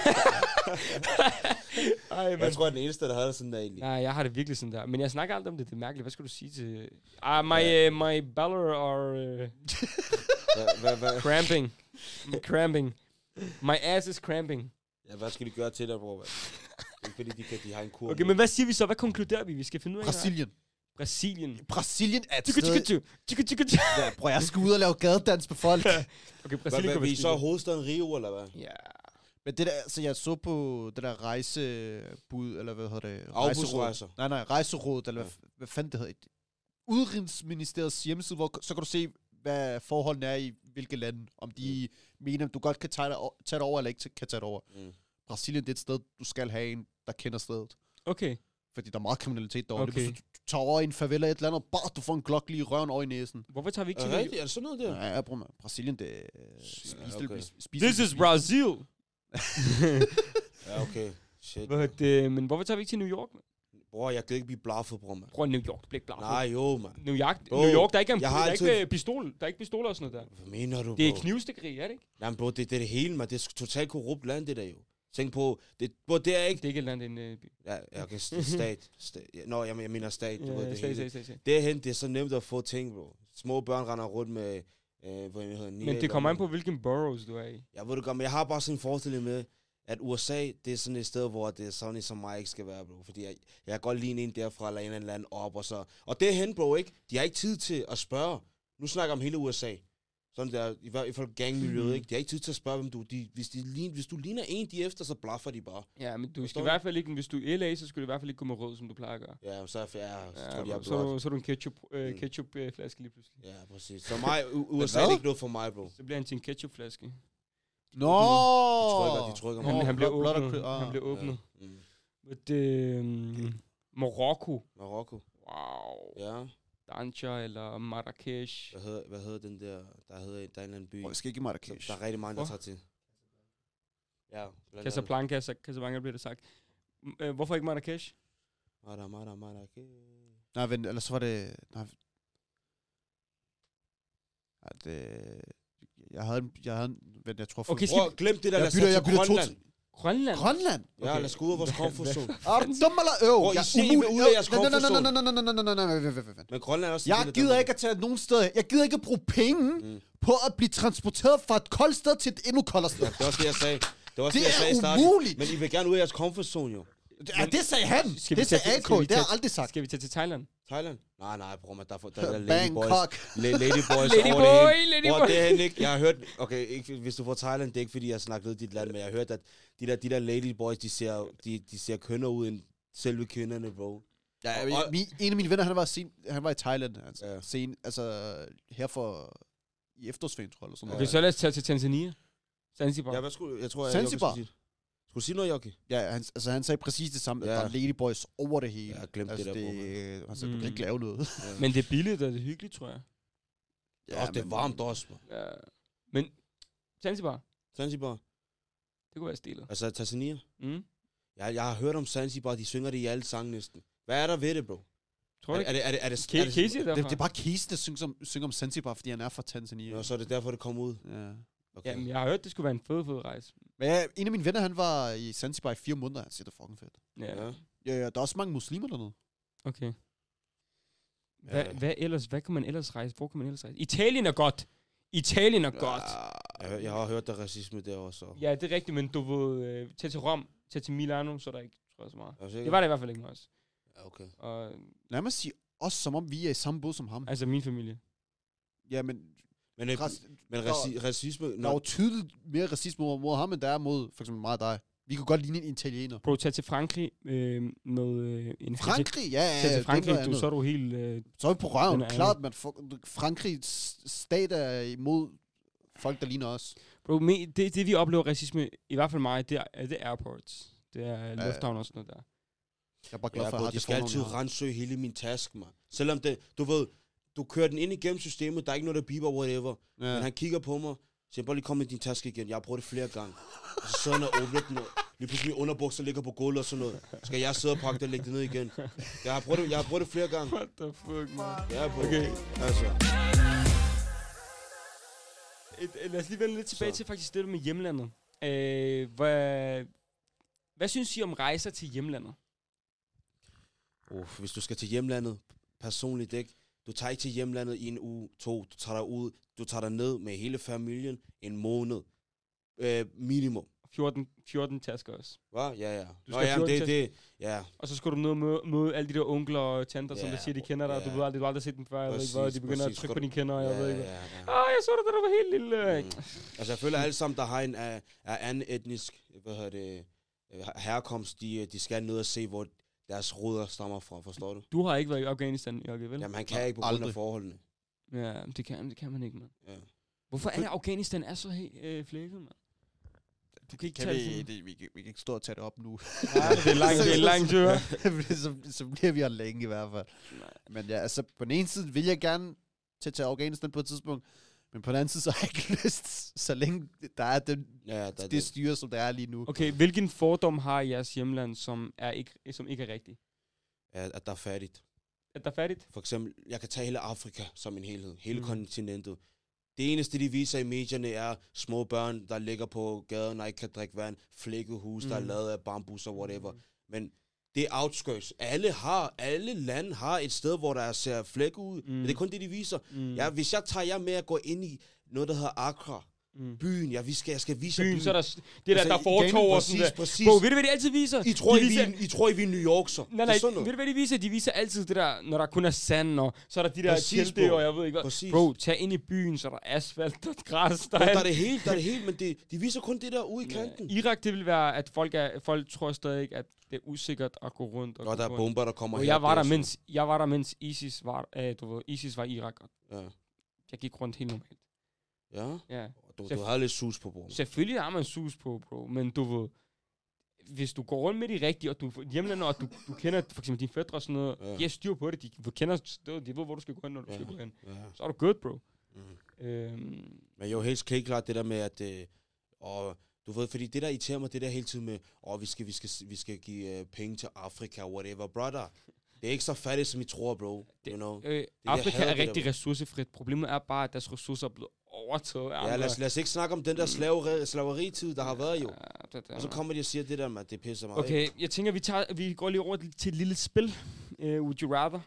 Ej, jeg tror, jeg er den eneste, der havde det sådan der egentlig. Nej, jeg har det virkelig sådan der. Men jeg snakker aldrig om det, det er mærkeligt. Hvad skal du sige til... my baller are... cramping. Cramping. My ass is cramping. Ja, hvad skal de gøre til dig, bror? Fordi de har en kur. Okay, men hvad siger vi så? Hvad konkluderer vi? Vi skal finde ud af... Brasilien er et sted... Ja, bror, jeg skal ud og lave gadedans på folk. Okay, Brasilien kommer vi så hovedstaden Rio, eller hvad? Ja. Men det der, altså jeg så på det der rejsebud, eller hvad hedder det? Afbudsrejser. Nej, rejserådet, eller hvad fanden det hedder. Udenrigsministeriets hjemmeside, hvor så kan du se, hvad forholdene er i hvilke lande. Om de mener, du godt kan tage det over, eller ikke kan tage det over. Brasilien, det er et sted, du skal have en, der kender stedet. Okay. Fordi der er meget kriminalitet derovre. Okay. Du tager over i en favela et eller andet, bare du får en glok lige i røven over i næsen. Hvorfor tager vi ikke til det? Er det sådan noget der? Ja, bror, Brasilien, det er... This is Brazil! Ja, okay. Shit. Men hvorfor tager vi ikke til New York, man? Bror, jeg gider ikke blive blaffet, bror, man. Bror, New York, du bliver ikke blaffet. Nej, jo, man. New York, der er ikke pistol. Der er ikke pistoler og sådan noget der. Hvad mener du, det er knivstikkeri, er det ikke? Nej, men bro, det er det hele, man. Det er totalt korrupt land, det der jo. Tænk på, det er ikke... Det er ikke et land, det er en by. Ja, okay, stat. Nå, jeg mener stat. Du ved, det stat. Derhen, det er så nemt at få ting, bro. Små børn render rundt med... Men det kommer an på, hvilken boroughs du er i. Jeg ved det godt, men jeg har bare sådan en forestilling med, at USA, det er sådan et sted, hvor det er sådan som mig ikke skal være, bro. Fordi jeg kan godt lide en derfra, eller en eller anden land op, og så... Og derhen, bro, ikke? De har ikke tid til at spørge. Nu snakker jeg om hele USA. Sådan der, i hvert fald gangmiljøet, ikke? De har ikke tid til at spørge, hvem du... Hvis du ligner en, de efter, så blaffer de bare. Ja, men du skal i hvert fald ikke... Hvis du er LA, så skal du i hvert fald ikke gå med rød, som du plejer at gøre. Ja, så er du en ketchup-flaske lige pludselig. Ja, præcis. Så mig, USA er ikke noget for mig, bro. Så bliver han til en ketchup-flaske. Nå! De trykker mig. Han bliver åbnet. Marokko. Wow. Ja. Danja eller Marrakesh. Hvad hedder den der? Der er en eller anden by. Jeg skal ikke i Marrakesh. Der er rigtig mange, der tager til. Ja. Casablanca bliver det sagt. Hvorfor ikke Marrakesh? Marrakesh. Nej, vent, eller så var det... Nej. Jeg havde vent, jeg tror... Okay, glem det der, lad os tage til Grønland. Grønland? Ja, lad os gå ud af vores comfort-zone. Er du dum eller øv? I ser ud af jeres comfort-zone. Nej. Men Grønland er også... Jeg gider ikke at tage nogen steder. Jeg gider ikke at bruge penge på at blive transporteret fra et koldt sted til et endnu koldere sted. Det er også det, jeg sagde. Det er umuligt. Men I vil gerne ud af jeres comfort-zone, jo. Ja, det sagde han. Det sagde AK. Det har jeg aldrig sagt. Skal vi tage til Thailand? Nej, bror, man, der er Bangkok. Ladyboys Ladyboy. Det er ikke. Jeg har hørt, okay, ikke, hvis du får Thailand, det er ikke fordi, jeg har snakket ud i dit land, men jeg har hørt, at de der ladyboys, de ser kønner ud end selve kvinderne, bro. Ja, en af mine venner, han var i Thailand, her for i efterårsferien, tror jeg, eller sådan noget. Okay, så lad os tage til Tanzania. Zanzibar. Ja, hvad skulle jeg tror, Zanzibar. Skulle du sige noget, Jokke? Ja, han sagde præcis det samme, at der er ladyboys over det hele. Jeg glemte det der, bro. Altså, du kan ikke lave noget. Ja. Men det er billigt, og det er hyggeligt, tror jeg. Ja, det er varmt også, bro. Ja. Men Zanzibar? Det kunne være stilet. Altså Tanzania? Jeg har hørt om Zanzibar, de synger det i alle sange næsten. Hvad er der ved det, bro? Tror du ikke? Er det Casey derfra? Det er bare Casey, der synger om Zanzibar, fordi han er fra Tanzania. Nå, så er det derfor, det kom ud. Ja. Okay. Jamen, jeg har hørt, det skulle være en fed rejse. Men ja, en af mine venner, han var i Zanzibar i 4 måneder. Han siger, det er fucking fedt. Ja. Ja, der er også mange muslimer dernede. Okay. Hvad ellers? Hvad kan man ellers rejse? Hvor kan man ellers rejse? Italien er godt. Jeg har hørt, der er racisme der også. Ja, det er rigtigt, men du ved, tage til Rom, tage til Milano, så er der ikke, tror jeg, så meget. Det var der i hvert fald ikke med os. Ja, okay. Og lad mig sige, også som om vi er i samme båd som ham. Altså min familie. Ja, men racisme... Der er jo tydeligt mere racisme mod ham, end der er mod for eksempel mig og dig. Vi kunne godt ligne en italiener. Prøv at tage til Frankrig med en... Frankrig? Ja. Tage til Frankrig, så er du helt... så er vi på røven. Klart, men Frankrigs stat er imod folk, der ligner os. Bro, det vi oplever racisme, i hvert fald mig, det er airports. Det er lufthavn og sådan noget der. Jeg er bare glad for, at de skal altid rensøge hele min taske, man. Selvom det, du ved, du kører den ind igennem systemet, der er ikke noget, der biber, whatever. Ja. Men han kigger på mig, siger, bare lige kom med din taske igen. Jeg har prøvet det flere gange. Og så sidder han og åbner den, lige pludselig min underbukser ligger på gulvet og sådan noget. Skal jeg sidde og pakke det og lægge det ned igen? Jeg har prøvet det flere gange. What the fuck, man? Ja, bro. Okay. Altså. Lad os lige vende lidt tilbage til faktisk det med hjemlandet. Hvad synes I om rejser til hjemlandet? Hvis du skal til hjemlandet, personligt ikke. Du tager ikke til hjemlandet i en uge, 2. Du tager dig ud. Du tager dig ned med hele familien en måned. Minimum. 14 tasker også. Hvad? Ja. Du skal ja. Og så skal du ned og møde alle de der onkler og tanter, som der siger, de kender dig, og du ved aldrig, du har aldrig set dem før. Præcis, jeg ved ikke, de begynder at trykke på dine kender, og jeg ved ikke. Ja. Jeg så dig, da du var helt lille. Altså, jeg føler alle sammen, der har en anden etnisk herkomst, de skal ned og se, hvor deres rødder stammer fra, forstår du? Du har ikke været i Afghanistan, Jørgen, vel? Jamen, han kan ikke på grund af forholdene. Ja, det kan man ikke, mand. Ja. Hvorfor er det, Afghanistan er så flækket, mand? Du kan ikke tage det. Vi kan ikke stå og tage det op nu. Nej, det er en lang tur. så bliver vi her længe i hvert fald. Nej. Men ja, altså på den ene side vil jeg gerne til Afghanistan på et tidspunkt, men på den anden side så har jeg ikke lyst, så længe der er det styre, som der er lige nu. Okay, hvilken fordom har jeres hjemland, som ikke er rigtig? At der er fattigt. At der er fattigt? For eksempel, jeg kan tage hele Afrika som en helhed. Hele kontinentet. Det eneste, de viser i medierne, er små børn, der ligger på gaden og ikke kan drikke vand. Flækket hus, der er lavet af bambus og whatever. Men det er outskirts. Alle lande har et sted, hvor der ser flækket ud. Men det er kun det, de viser. Ja, hvis jeg tager jer med at gå ind i noget, der hedder Accra, byen, jeg skal vise byen. Så er der fortov og sådan der. Præcis. Bro, ved du, hvad de altid viser? I tror, I er New York, så. Nej, ved du, hvad de viser? De viser altid det der, når der kun er sand, og så er der de der telte, og jeg ved ikke hvad. Præcis. Bro, tag ind i byen, så er der asfalt, der er græs, der er det hele, men de viser kun det der ude i kanten. Irak, det vil være, at folk tror stadig ikke, at det er usikkert at gå rundt. Og der er bomber, der kommer her. Jeg var der, mens ISIS var i Irak. Jeg gik rundt helt normalt. Ja. Du har lidt sus på, bro. Selvfølgelig har man sus på, bro. Men du ved, hvis du går rundt med de rigtige, og du hjemlander, og du kender for eksempel dine fædre og sådan noget, de har styr på det, de kender stedet, de ved, hvor du skal gå hen, når du skal gå hen. Så er du good, bro. Men jo, helt klart det der med, at du ved, fordi det der irriterer mig, det der hele tiden med, vi skal give penge til Afrika, whatever, brother. Det er ikke så fattigt, som I tror, bro. Afrika er rigtig ressourcefrit. Problemet er bare, at deres ressourcer er blevet overtaget. Ja, lad os ikke snakke om den der slaveritid, der har været jo. Og så kommer de og siger det der, man, det pisser mig. Okay, jeg tænker, vi går lige over til et lille spil. Would you rather?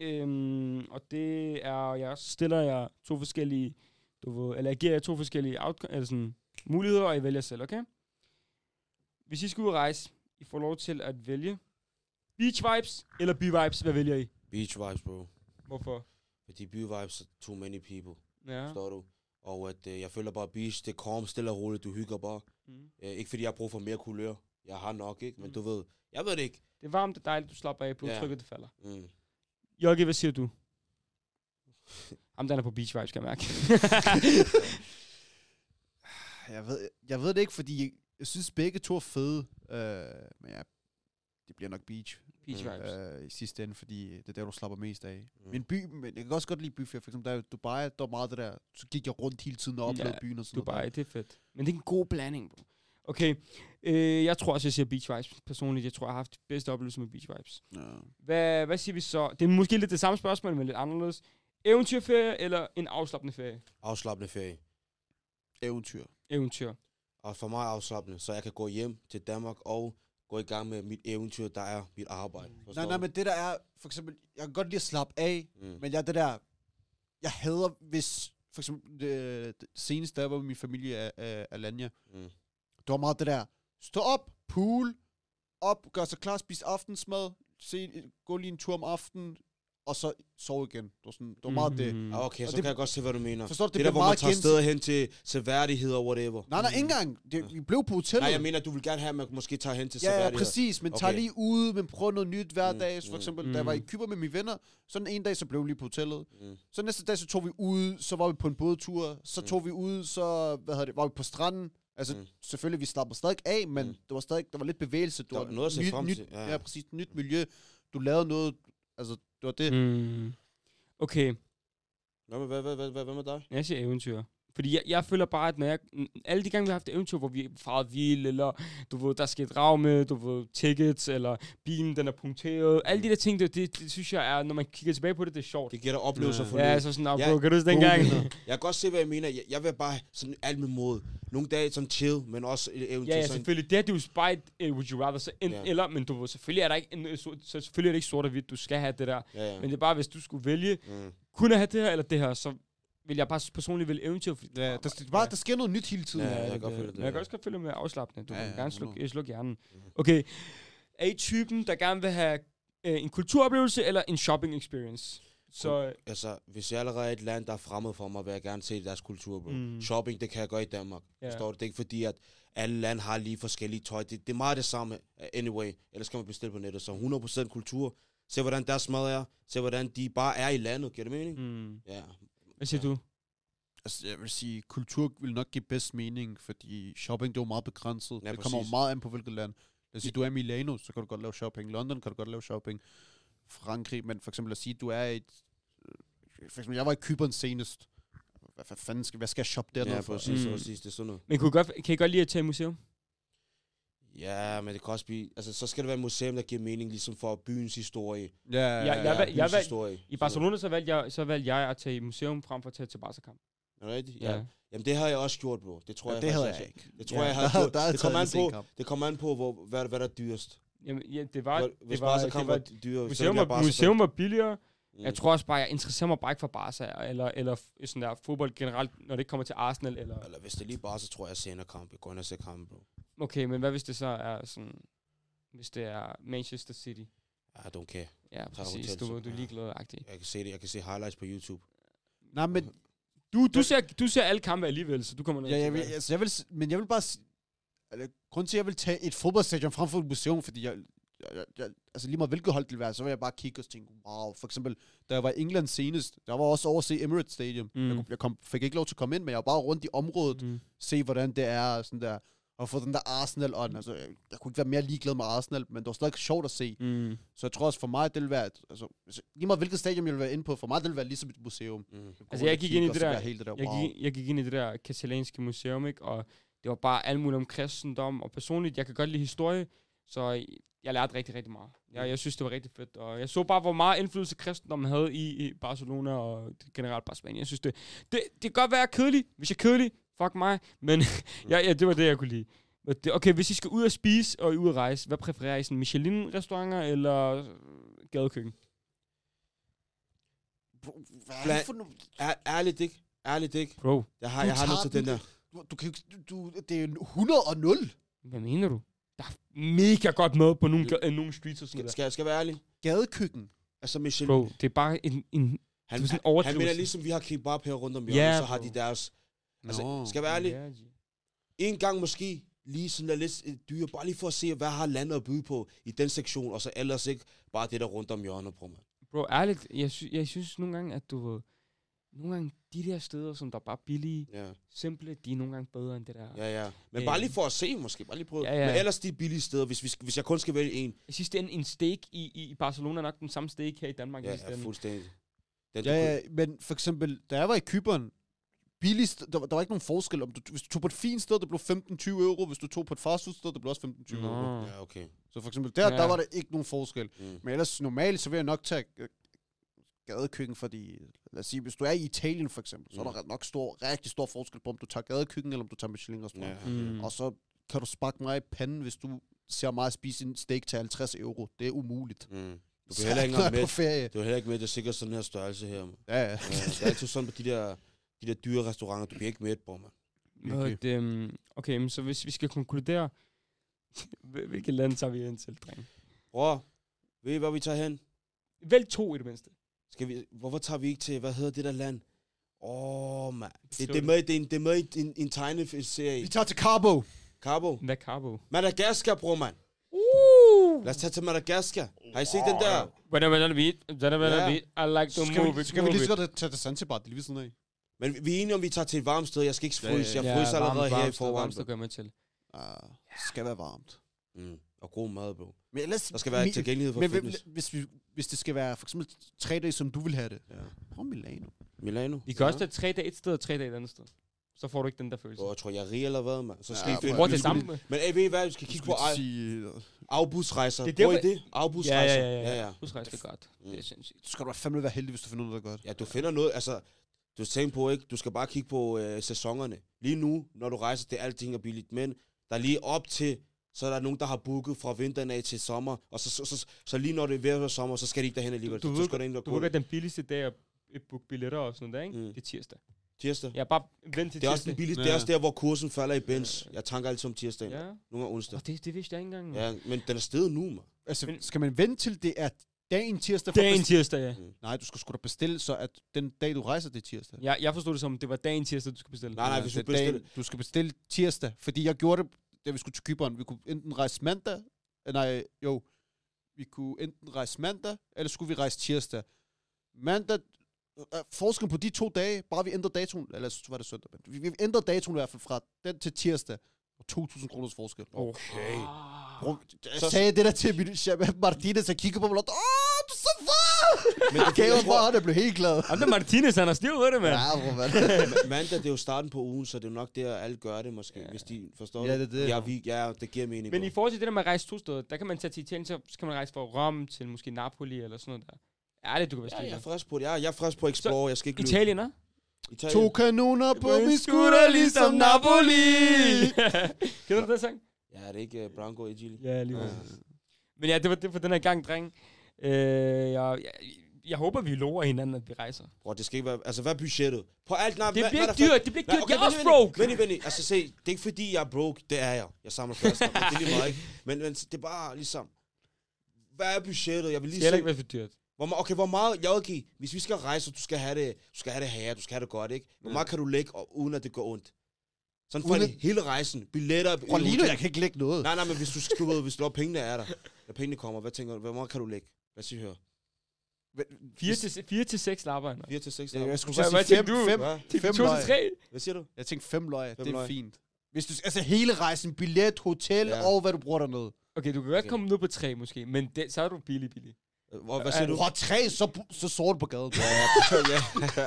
Og det er, jeg stiller jer to forskellige, eller jeg giver jer to forskellige muligheder, og I vælger selv, okay? Hvis I skal ud og rejse, I får lov til at vælge beach vibes eller by vibes, hvad vælger I? Beach vibes, bro. Hvorfor? Fordi by vibes er too many people. Ja. Forstår du? Og at jeg føler bare beach, det kommer stille og roligt, du hygger bare. Ikke fordi jeg har brug for mere kulør. Jeg har nok, ikke? Men du ved, jeg ved det ikke. Det er varmt, det er dejligt, du slapper af, blodtrykket det falder. Jørgen, hvad siger du? Jamen, den er på beach vibes, skal jeg mærke. jeg ved det ikke, fordi jeg synes begge to er fede. Men ja, det bliver nok beach. Beach vibes. I sidste ende, fordi det er der, du slapper mest af. Men jeg kan også godt lide by, for eksempel der er Dubai, der er meget det der, så gik jeg rundt hele tiden og oplevede byen og sådan Dubai, noget. Det er fedt. Men det er en god blanding, bro. Okay, jeg tror også, jeg siger beach vibes. Personligt, jeg tror, jeg har haft de bedste oplevelser med beach vibes. Ja. Hvad siger vi så? Det er måske lidt det samme spørgsmål, men lidt anderledes. Eventyrferie eller en afslappende ferie? Afslappende ferie. Eventyr. Og for mig afslappende, så jeg kan gå hjem til Danmark og gå i gang med mit eventyr, der er mit arbejde. Nej, men det der er, for eksempel, jeg kan godt lide at slappe af, men jeg det der, jeg hader, hvis, for eksempel, det seneste, der var med min familie af Alanya, det var meget det der, stå op, pool, gør sig klar, spise aftensmad, gå lige en tur om aftenen, og så sove igen. Det var meget det. Okay, så kan jeg godt se, hvad du mener. Forstår du, det der, hvor man tager steder hen til seværdigheder og whatever. Nej, ikke engang. Vi blev på hotellet. Nej, jeg mener, du vil gerne have, at man måske tager hen til seværdigheder. Ja, præcis. Men tager lige ud, men prøver noget nyt hver dag. For eksempel, da jeg var i Cypern med mine venner, så en dag, så blev vi lige på hotellet. Så næste dag, så tog vi ud, så var vi på en bådtur. Så tog vi ud, så var vi på stranden. Altså, selvfølgelig, vi slappede stadig af, men der var lidt bevægelse. Der var noget at se frem til. Ja, præcis. Nyt miljø. Du lavede noget. Altså, det var det. Okay. Hvad med dig? Jeg siger eventyr. Fordi jeg føler bare, at når alle de gange, vi har haft eventyr, hvor vi farede vild, eller du ved, der skete rav med, du ved, tickets, eller bilen, den er punkteret. Alle de der ting, det synes jeg er, når man kigger tilbage på det, det er sjovt. Det giver dig oplevelser for ja, så sådan, bro, kan du den gang? Jeg kan godt se, hvad jeg mener. Jeg vil bare sådan alt med mod. Nogle dage sådan chill, men også eventyr. Ja, selvfølgelig. Det er jo spite, would you rather, så eller, men du ved, selvfølgelig er der ikke, selvfølgelig er det ikke sort og hvidt, du skal have det der. Ja. Men det er bare, hvis du skulle vælge, kun at have det her, eller det her, så vil jeg bare personligt vælge eventyr. Ja, der sker noget nyt hele tiden. Ja, jeg kan godt følge det. Men jeg kan også godt følge med afslappende. Du kan gerne slukke hjernen. Okay. Er I typen, der gerne vil have en kulturoplevelse eller en shopping experience? Så altså, hvis jeg allerede er et land, der er fremmed for mig, vil jeg gerne se deres kultur, bro. Shopping, det kan jeg gøre i Danmark. Forstår du? Det er ikke fordi, at alle lande har lige forskellige tøj. Det er meget det samme, anyway. Ellers kan man bestille på nettet. Så 100% kultur. Se, hvordan deres mad er. Se, hvordan de bare er i landet. Giver det mening? Ja. Hvad siger du? Altså, jeg vil sige, kultur vil nok give bedst mening, fordi shopping, det er jo meget begrænset. Ja, det kommer jo meget an på, hvilket land. Lad os sige, du er i Milano, så kan du godt lave shopping. London kan du godt lave shopping. Frankrig, men for eksempel at sige, du er i for eksempel, jeg var i Cypern senest. Hvad skal jeg shoppe dernede for? Ja, præcis, det er sådan noget. Men kan I godt lide at tage i museum? Ja, men det kan også blive... Altså, så skal det være et museum, der giver mening, ligesom for byens historie. I Barcelona, så valgte jeg at tage i museum, frem for at tage til Barca-kamp. Er det rigtigt? Ja. Jamen, det har jeg også gjort, bro. Det tror jeg det havde jeg ikke. Det tror jeg har gjort. Det kommer an på, hvad der er dyrest. Jamen, ja, det var... Hvis Barca-kamp var dyrest, museum var billigere. Jeg tror også bare, jeg interesserer mig bare ikke for Barca, eller sådan der fodbold generelt, når det ikke kommer til Arsenal, eller hvis det er lige Barca, så tror jeg, jeg kamp. Jeg går ind og ser kamp, bro. Okay, men hvad hvis det så er sådan... Hvis det er Manchester City? I don't care. Ja, præcis. Du er ligeglad-agtig. Jeg kan se det. Jeg kan se highlights på YouTube. Nej, men... Du ser alle kampe alligevel, så du kommer ned jeg vil bare... Grunden til, at jeg vil tage et fodboldstadion frem for et museum, fordi jeg altså lige meget hvilket hold det vil være, så vil jeg bare kigge og tænke, wow, for eksempel, da jeg var i England senest, der var også over at se Emirates Stadium. Jeg fik ikke lov til at komme ind, men jeg var bare rundt i området, se hvordan det er, sådan der, og få den der Arsenal-ånd. Altså, jeg kunne ikke være mere ligeglad med Arsenal, men det var stadig sjovt at se. Så jeg tror også for mig, det vil være, altså, lige meget hvilket stadion jeg vil være inde på, for mig, det vil være ligesom et museum. Altså, jeg gik ind i det der, jeg gik ind i det der katalanske museum, ikke, og det var bare alt muligt om kristendom, og personligt, jeg kan godt lide historie, så jeg lærte rigtig, rigtig meget. Jeg synes, det var rigtig fedt. Og jeg så bare, hvor meget indflydelse kristendommen havde i Barcelona og generelt bare Spanien. Jeg synes, det kan godt være kedeligt. Hvis jeg er kedelig, fuck mig. Men ja, det var det, jeg kunne lide. Okay, hvis I skal ud og spise og ud og rejse, hvad præfererer I? Sådan Michelin-restauranter eller gadekøkken? Ærligt ikke. Bro. Jeg har noget til den der. Det er 100 og 0. Hvad mener du? Der er mega godt mad på nogle streets og sådan noget. Skal jeg være ærlig? Gadekøkken. Altså Michelin. Bro, det er bare en han mener ligesom, vi har kebab her rundt om hjørnet, så har de deres... Altså, skal jeg være ærlig? En gang måske lige sådan lidt dyr, bare lige for at se, hvad har landet at byde på i den sektion, og så ellers ikke bare det der rundt om hjørnet på mig. Bro, ærligt, jeg synes nogle gange, at du ved... Nogle gange de der steder, som der bare er billige, simple, de er nogle gange bedre end det der. Ja. Men bare lige for at se, måske. Bare lige prøve. Ja. Men ellers de billige steder, hvis jeg kun skal vælge en. Jeg synes, det er en steak i Barcelona, nok den samme steak her i Danmark. Ja, fuldstændig. Men for eksempel, da jeg var i Cypern, billigst, der var ikke nogen forskel. Hvis du tog på et fint sted, det blev 15-20 euro. Hvis du tog på et fastfood-sted, det blev også 15-20 euro. Ja, okay. Så for eksempel, der var der ikke nogen forskel. Men ellers normalt, så vil jeg nok tage gadekøkken, fordi, lad os sige, hvis du er i Italien for eksempel, så er der nok rigtig stor forskel på, om du tager gadekøkken, eller om du tager Michelin-restaurant. Og så kan du sparke mig i panden, hvis du ser mig at spise en steak til 50 euro. Det er umuligt. Du er heller ikke med. Du er heller ikke med, det er sikkert sådan her størrelse her. Ja. Det er altid sådan på de der dyre restauranter, du bliver ikke med, bror, man. Okay, men så hvis vi skal konkludere, hvilket land tager vi hen til, dreng? Bror, ved I, hvor vi tager hen? Vælg 2 i det mindste. Hvorfor tager vi ikke til, hvad hedder det der land? Man. Det er med i en tegneserie. Vi tager til Cabo. Hvad er Cabo? Madagaskar, bror, mand. Lad os tage til Madagaskar. Har I set den der? I like to move it. Skal vi lige så godt tage til Zanzibar, det er lige sådan af. Men vi er enige om, vi tager til et varmt sted. Jeg skal ikke fryse. Jeg fryser allerede her i forvejen. Varmt sted går jeg med til. Skal være varmt. Og god mad, bro. Men ellers, der skal være tilgængelighed for fitness. Hvis det skal være for eksempel 3 dage, som du vil have det. Ja. Prøv Milano. Vi kan også tage 3 dage et sted og 3 dage et andet sted. Så får du ikke den der følelse. Jeg tror, jeg er rig eller hvad, man. Så skal I finde... Prøv det samme. Men ved I hvad, vi skal kigge på afbusrejser. Det er det? Afbusrejser. Ja. Busrejser er godt. Det er sindssygt. Du skal da fandme være heldig, hvis du finder noget, der er godt. Ja, du finder noget, altså... Du tænker på, ikke? Du skal bare kigge på sæsonerne. Lige nu, når du rejser, det er alting er billigt. Men der er lige op til, så er der nogen, der har booket fra vinteren af til sommer. Og så lige når det er ved at være sommer, så skal de ikke derhen alligevel. Du ved, at den billigste dag at booke billetter og sådan der, ikke? Det er tirsdag. Tirsdag? Ja, bare vent til tirsdag. Det er også den billigste. Det er også der, hvor kursen falder i Benz. Jeg tanker altid om tirsdag. Ja. Nogle gange onsdag. Det vidste jeg ikke engang. Ja, men den er stedet nu, man. Altså, skal man vente til det er dagen tirsdag? Dagen tirsdag, ja. Nej, du skal sgu da bestille, så at den dag, du rejser, det er tirsdag. Ja, jeg forstod det som, det var dagen tirsdag, du skal bestille. Nej, hvis du skal bestille tirsdag, fordi jeg gjorde det, da vi skulle til Cypern. Vi kunne enten rejse mandag, vi kunne enten rejse mandag, eller skulle vi rejse tirsdag. Mandag, forskellen på de 2 dage, bare vi ændrer datoen, eller så var det søndag, men vi ændrer datoen i hvert fald fra den til tirsdag, og 2.000 kroners forskel. Okay. Jeg sagde det der til Martinez, jeg kiggede på mig, du er så far! Men det gav mig bare, han blev helt glad. Andre Martinez, han har stiv ved det, mand. Ja, bro, mand. Mandag, det er jo starten på ugen, så det er nok der, alle gør det måske, hvis de forstår det. Ja, det. Ja, det giver mening. Men i forhold til det der med at rejse 2 steder, der kan man tage til Italien, så kan man rejse fra Rom til måske Napoli eller sådan noget der. Ja, det du kan være jeg er frisk på det. Jeg er frisk på Explore, jeg skal ikke Italien, er? 2 kanoner på min skulder, ligesom Napoli! Kender du den sang? Ja, det er ikke Branco e Gili. Ja, lige men ja, det var det for den her gang, dreng. Jeg håber, vi lover hinanden, at vi rejser. Bro, det skal ikke være... Altså, hvad er budgettet? På alt... Nej, det bliver ikke dyrt, det bliver dyrt. Jeg er også broke! Vent. Altså, se, det er ikke fordi, jeg er broke. Det er jeg. Jeg samler først. Det er lige meget, ikke? Men det er bare ligesom... Hvad er budgettet? Jeg vil lige se... Det skal ikke være for dyrt. Hvor meget... Jeg vil give... Hvis vi skal rejse, du skal have det her, du skal have det godt, ikke? Hvor meget kan du lægge, uden at det går ondt? Sådan for hele rejsen. Billetter... Prøv lige nu, jeg kan ikke lægge noget. Nej, men hvis du har pengene er der. Når pengene kommer, hvad tænker du? Hvor meget kan du lægge? Hvad siger du? 4 til 6 lapper. 4 til 6 lapper. Jeg skulle sige 5 løg. 3. Hvad siger du? Jeg tænkte 5 løg. Det er fint. Hvis du, altså hele rejsen, billet, hotel og hvad du bruger dernede. Okay, du kan godt komme ned på 3 måske, men så er du billig. Hvad siger du? 3, så sover du på gaden. Ja. Det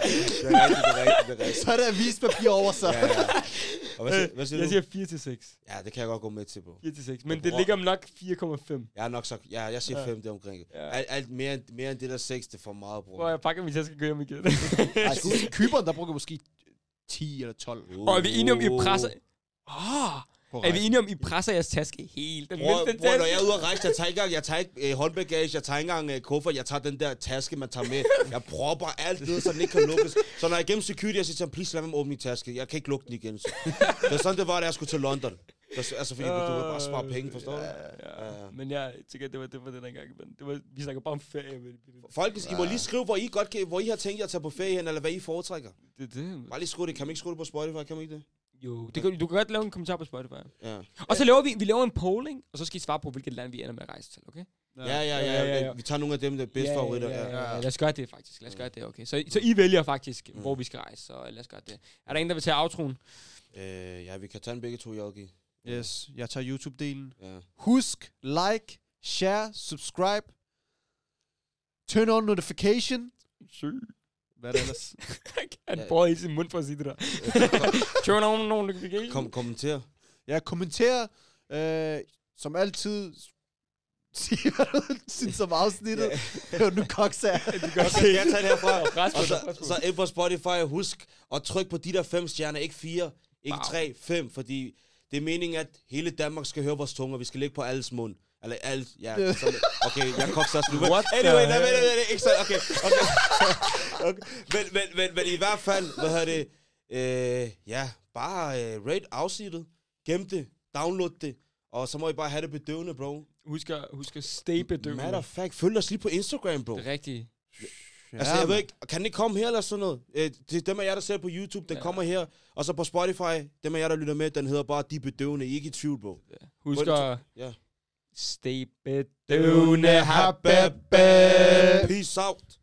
er rigtigt. Så er der avispapir over sig. Ja. Og hvad siger du? Jeg siger 4 til 6. Ja, det kan jeg godt gå med til på. 4 til 6, men det ligger nok 4,5. Jeg er nok så... Ja, jeg siger 5 der omkring. Alt mere end det der 6, det er for meget, bror. Hvor jeg pakker, hvis jeg skal gå hjem igen. Cypern, der bruger måske 10 eller 12. Og er vi enige om, I presser... Er vi enige om, I presser jeres taske helt? Bror, når jeg er ude at rejse, jeg tager ikke håndbagage, jeg tager ikke engang kuffert, jeg tager den der taske, man tager med. Jeg propper alt ned, så den ikke kan lukkes. Så når jeg gennem security, jeg siger til ham, please lad mig åbne min taske. Jeg kan ikke lukke den igen. Så. Det er sådan, det var, da jeg skulle til London. Altså, fordi du vil bare spare penge, forstår du? Ja. Men jeg tænker, det var den gang. Vi snakker bare om ferie. Folk, I må lige skrive, hvor I har tænkt jer at tage på ferie hen, eller hvad I foretrækker. Det. Bare lige skrive det. Kan man ikke skrive det på Spotify? Kan man ikke det? Jo, du kan godt lave en kommentar på Spotify. Ja. Og så laver vi laver en polling, og så skal I svare på, hvilket land vi ender med at rejse til, okay? Ja. Vi tager nogle af dem, der er bedste favoritter. Ja. Lad os gøre det, faktisk. Lad os gøre det, okay. Så I vælger faktisk, hvor vi skal rejse, så lad os gøre det. Er der en, der vil tage outroen? Ja, vi kan tage den begge to, Jalgi. Yes, jeg tager YouTube-delen. Ja. Husk, like, share, subscribe. Turn on notification. Hvad er det ellers? Han bruger i sin mund for at sige det der. Turn on notification. Kommenter. Ja, kommenter. Som altid. Sig, hvad du synes om afsnittet. Nu kokser jeg. Okay, jeg tager det herfra. Så ind på Spotify. Husk at trykke på de der 5 stjerner. Ikke 4, ikke 3, 5. Fordi det er meningen, at hele Danmark skal høre vores tunge, og vi skal ligge på alles mund. Eller alt, ja. Så, okay, jeg kokser også nu. Anyway, ikke så, okay. Men i hvert fald, hvad hedder det? Bare rate afsnittet, gem det, download det, og så må I bare have det bedøvende, bro. Husk at stay bedøvende. Matter of fact, følg os lige på Instagram, bro. Det er rigtigt. Altså, jeg ved ikke, kan den ikke komme her eller sådan noget? Det dem af jer, der ser på YouTube, den kommer her. Og så på Spotify, dem af jer, der lytter med, den hedder bare De Bedøvende. I er ikke i tvivl, bro. Husk at... Ja. Stay bedøvende, Peace out.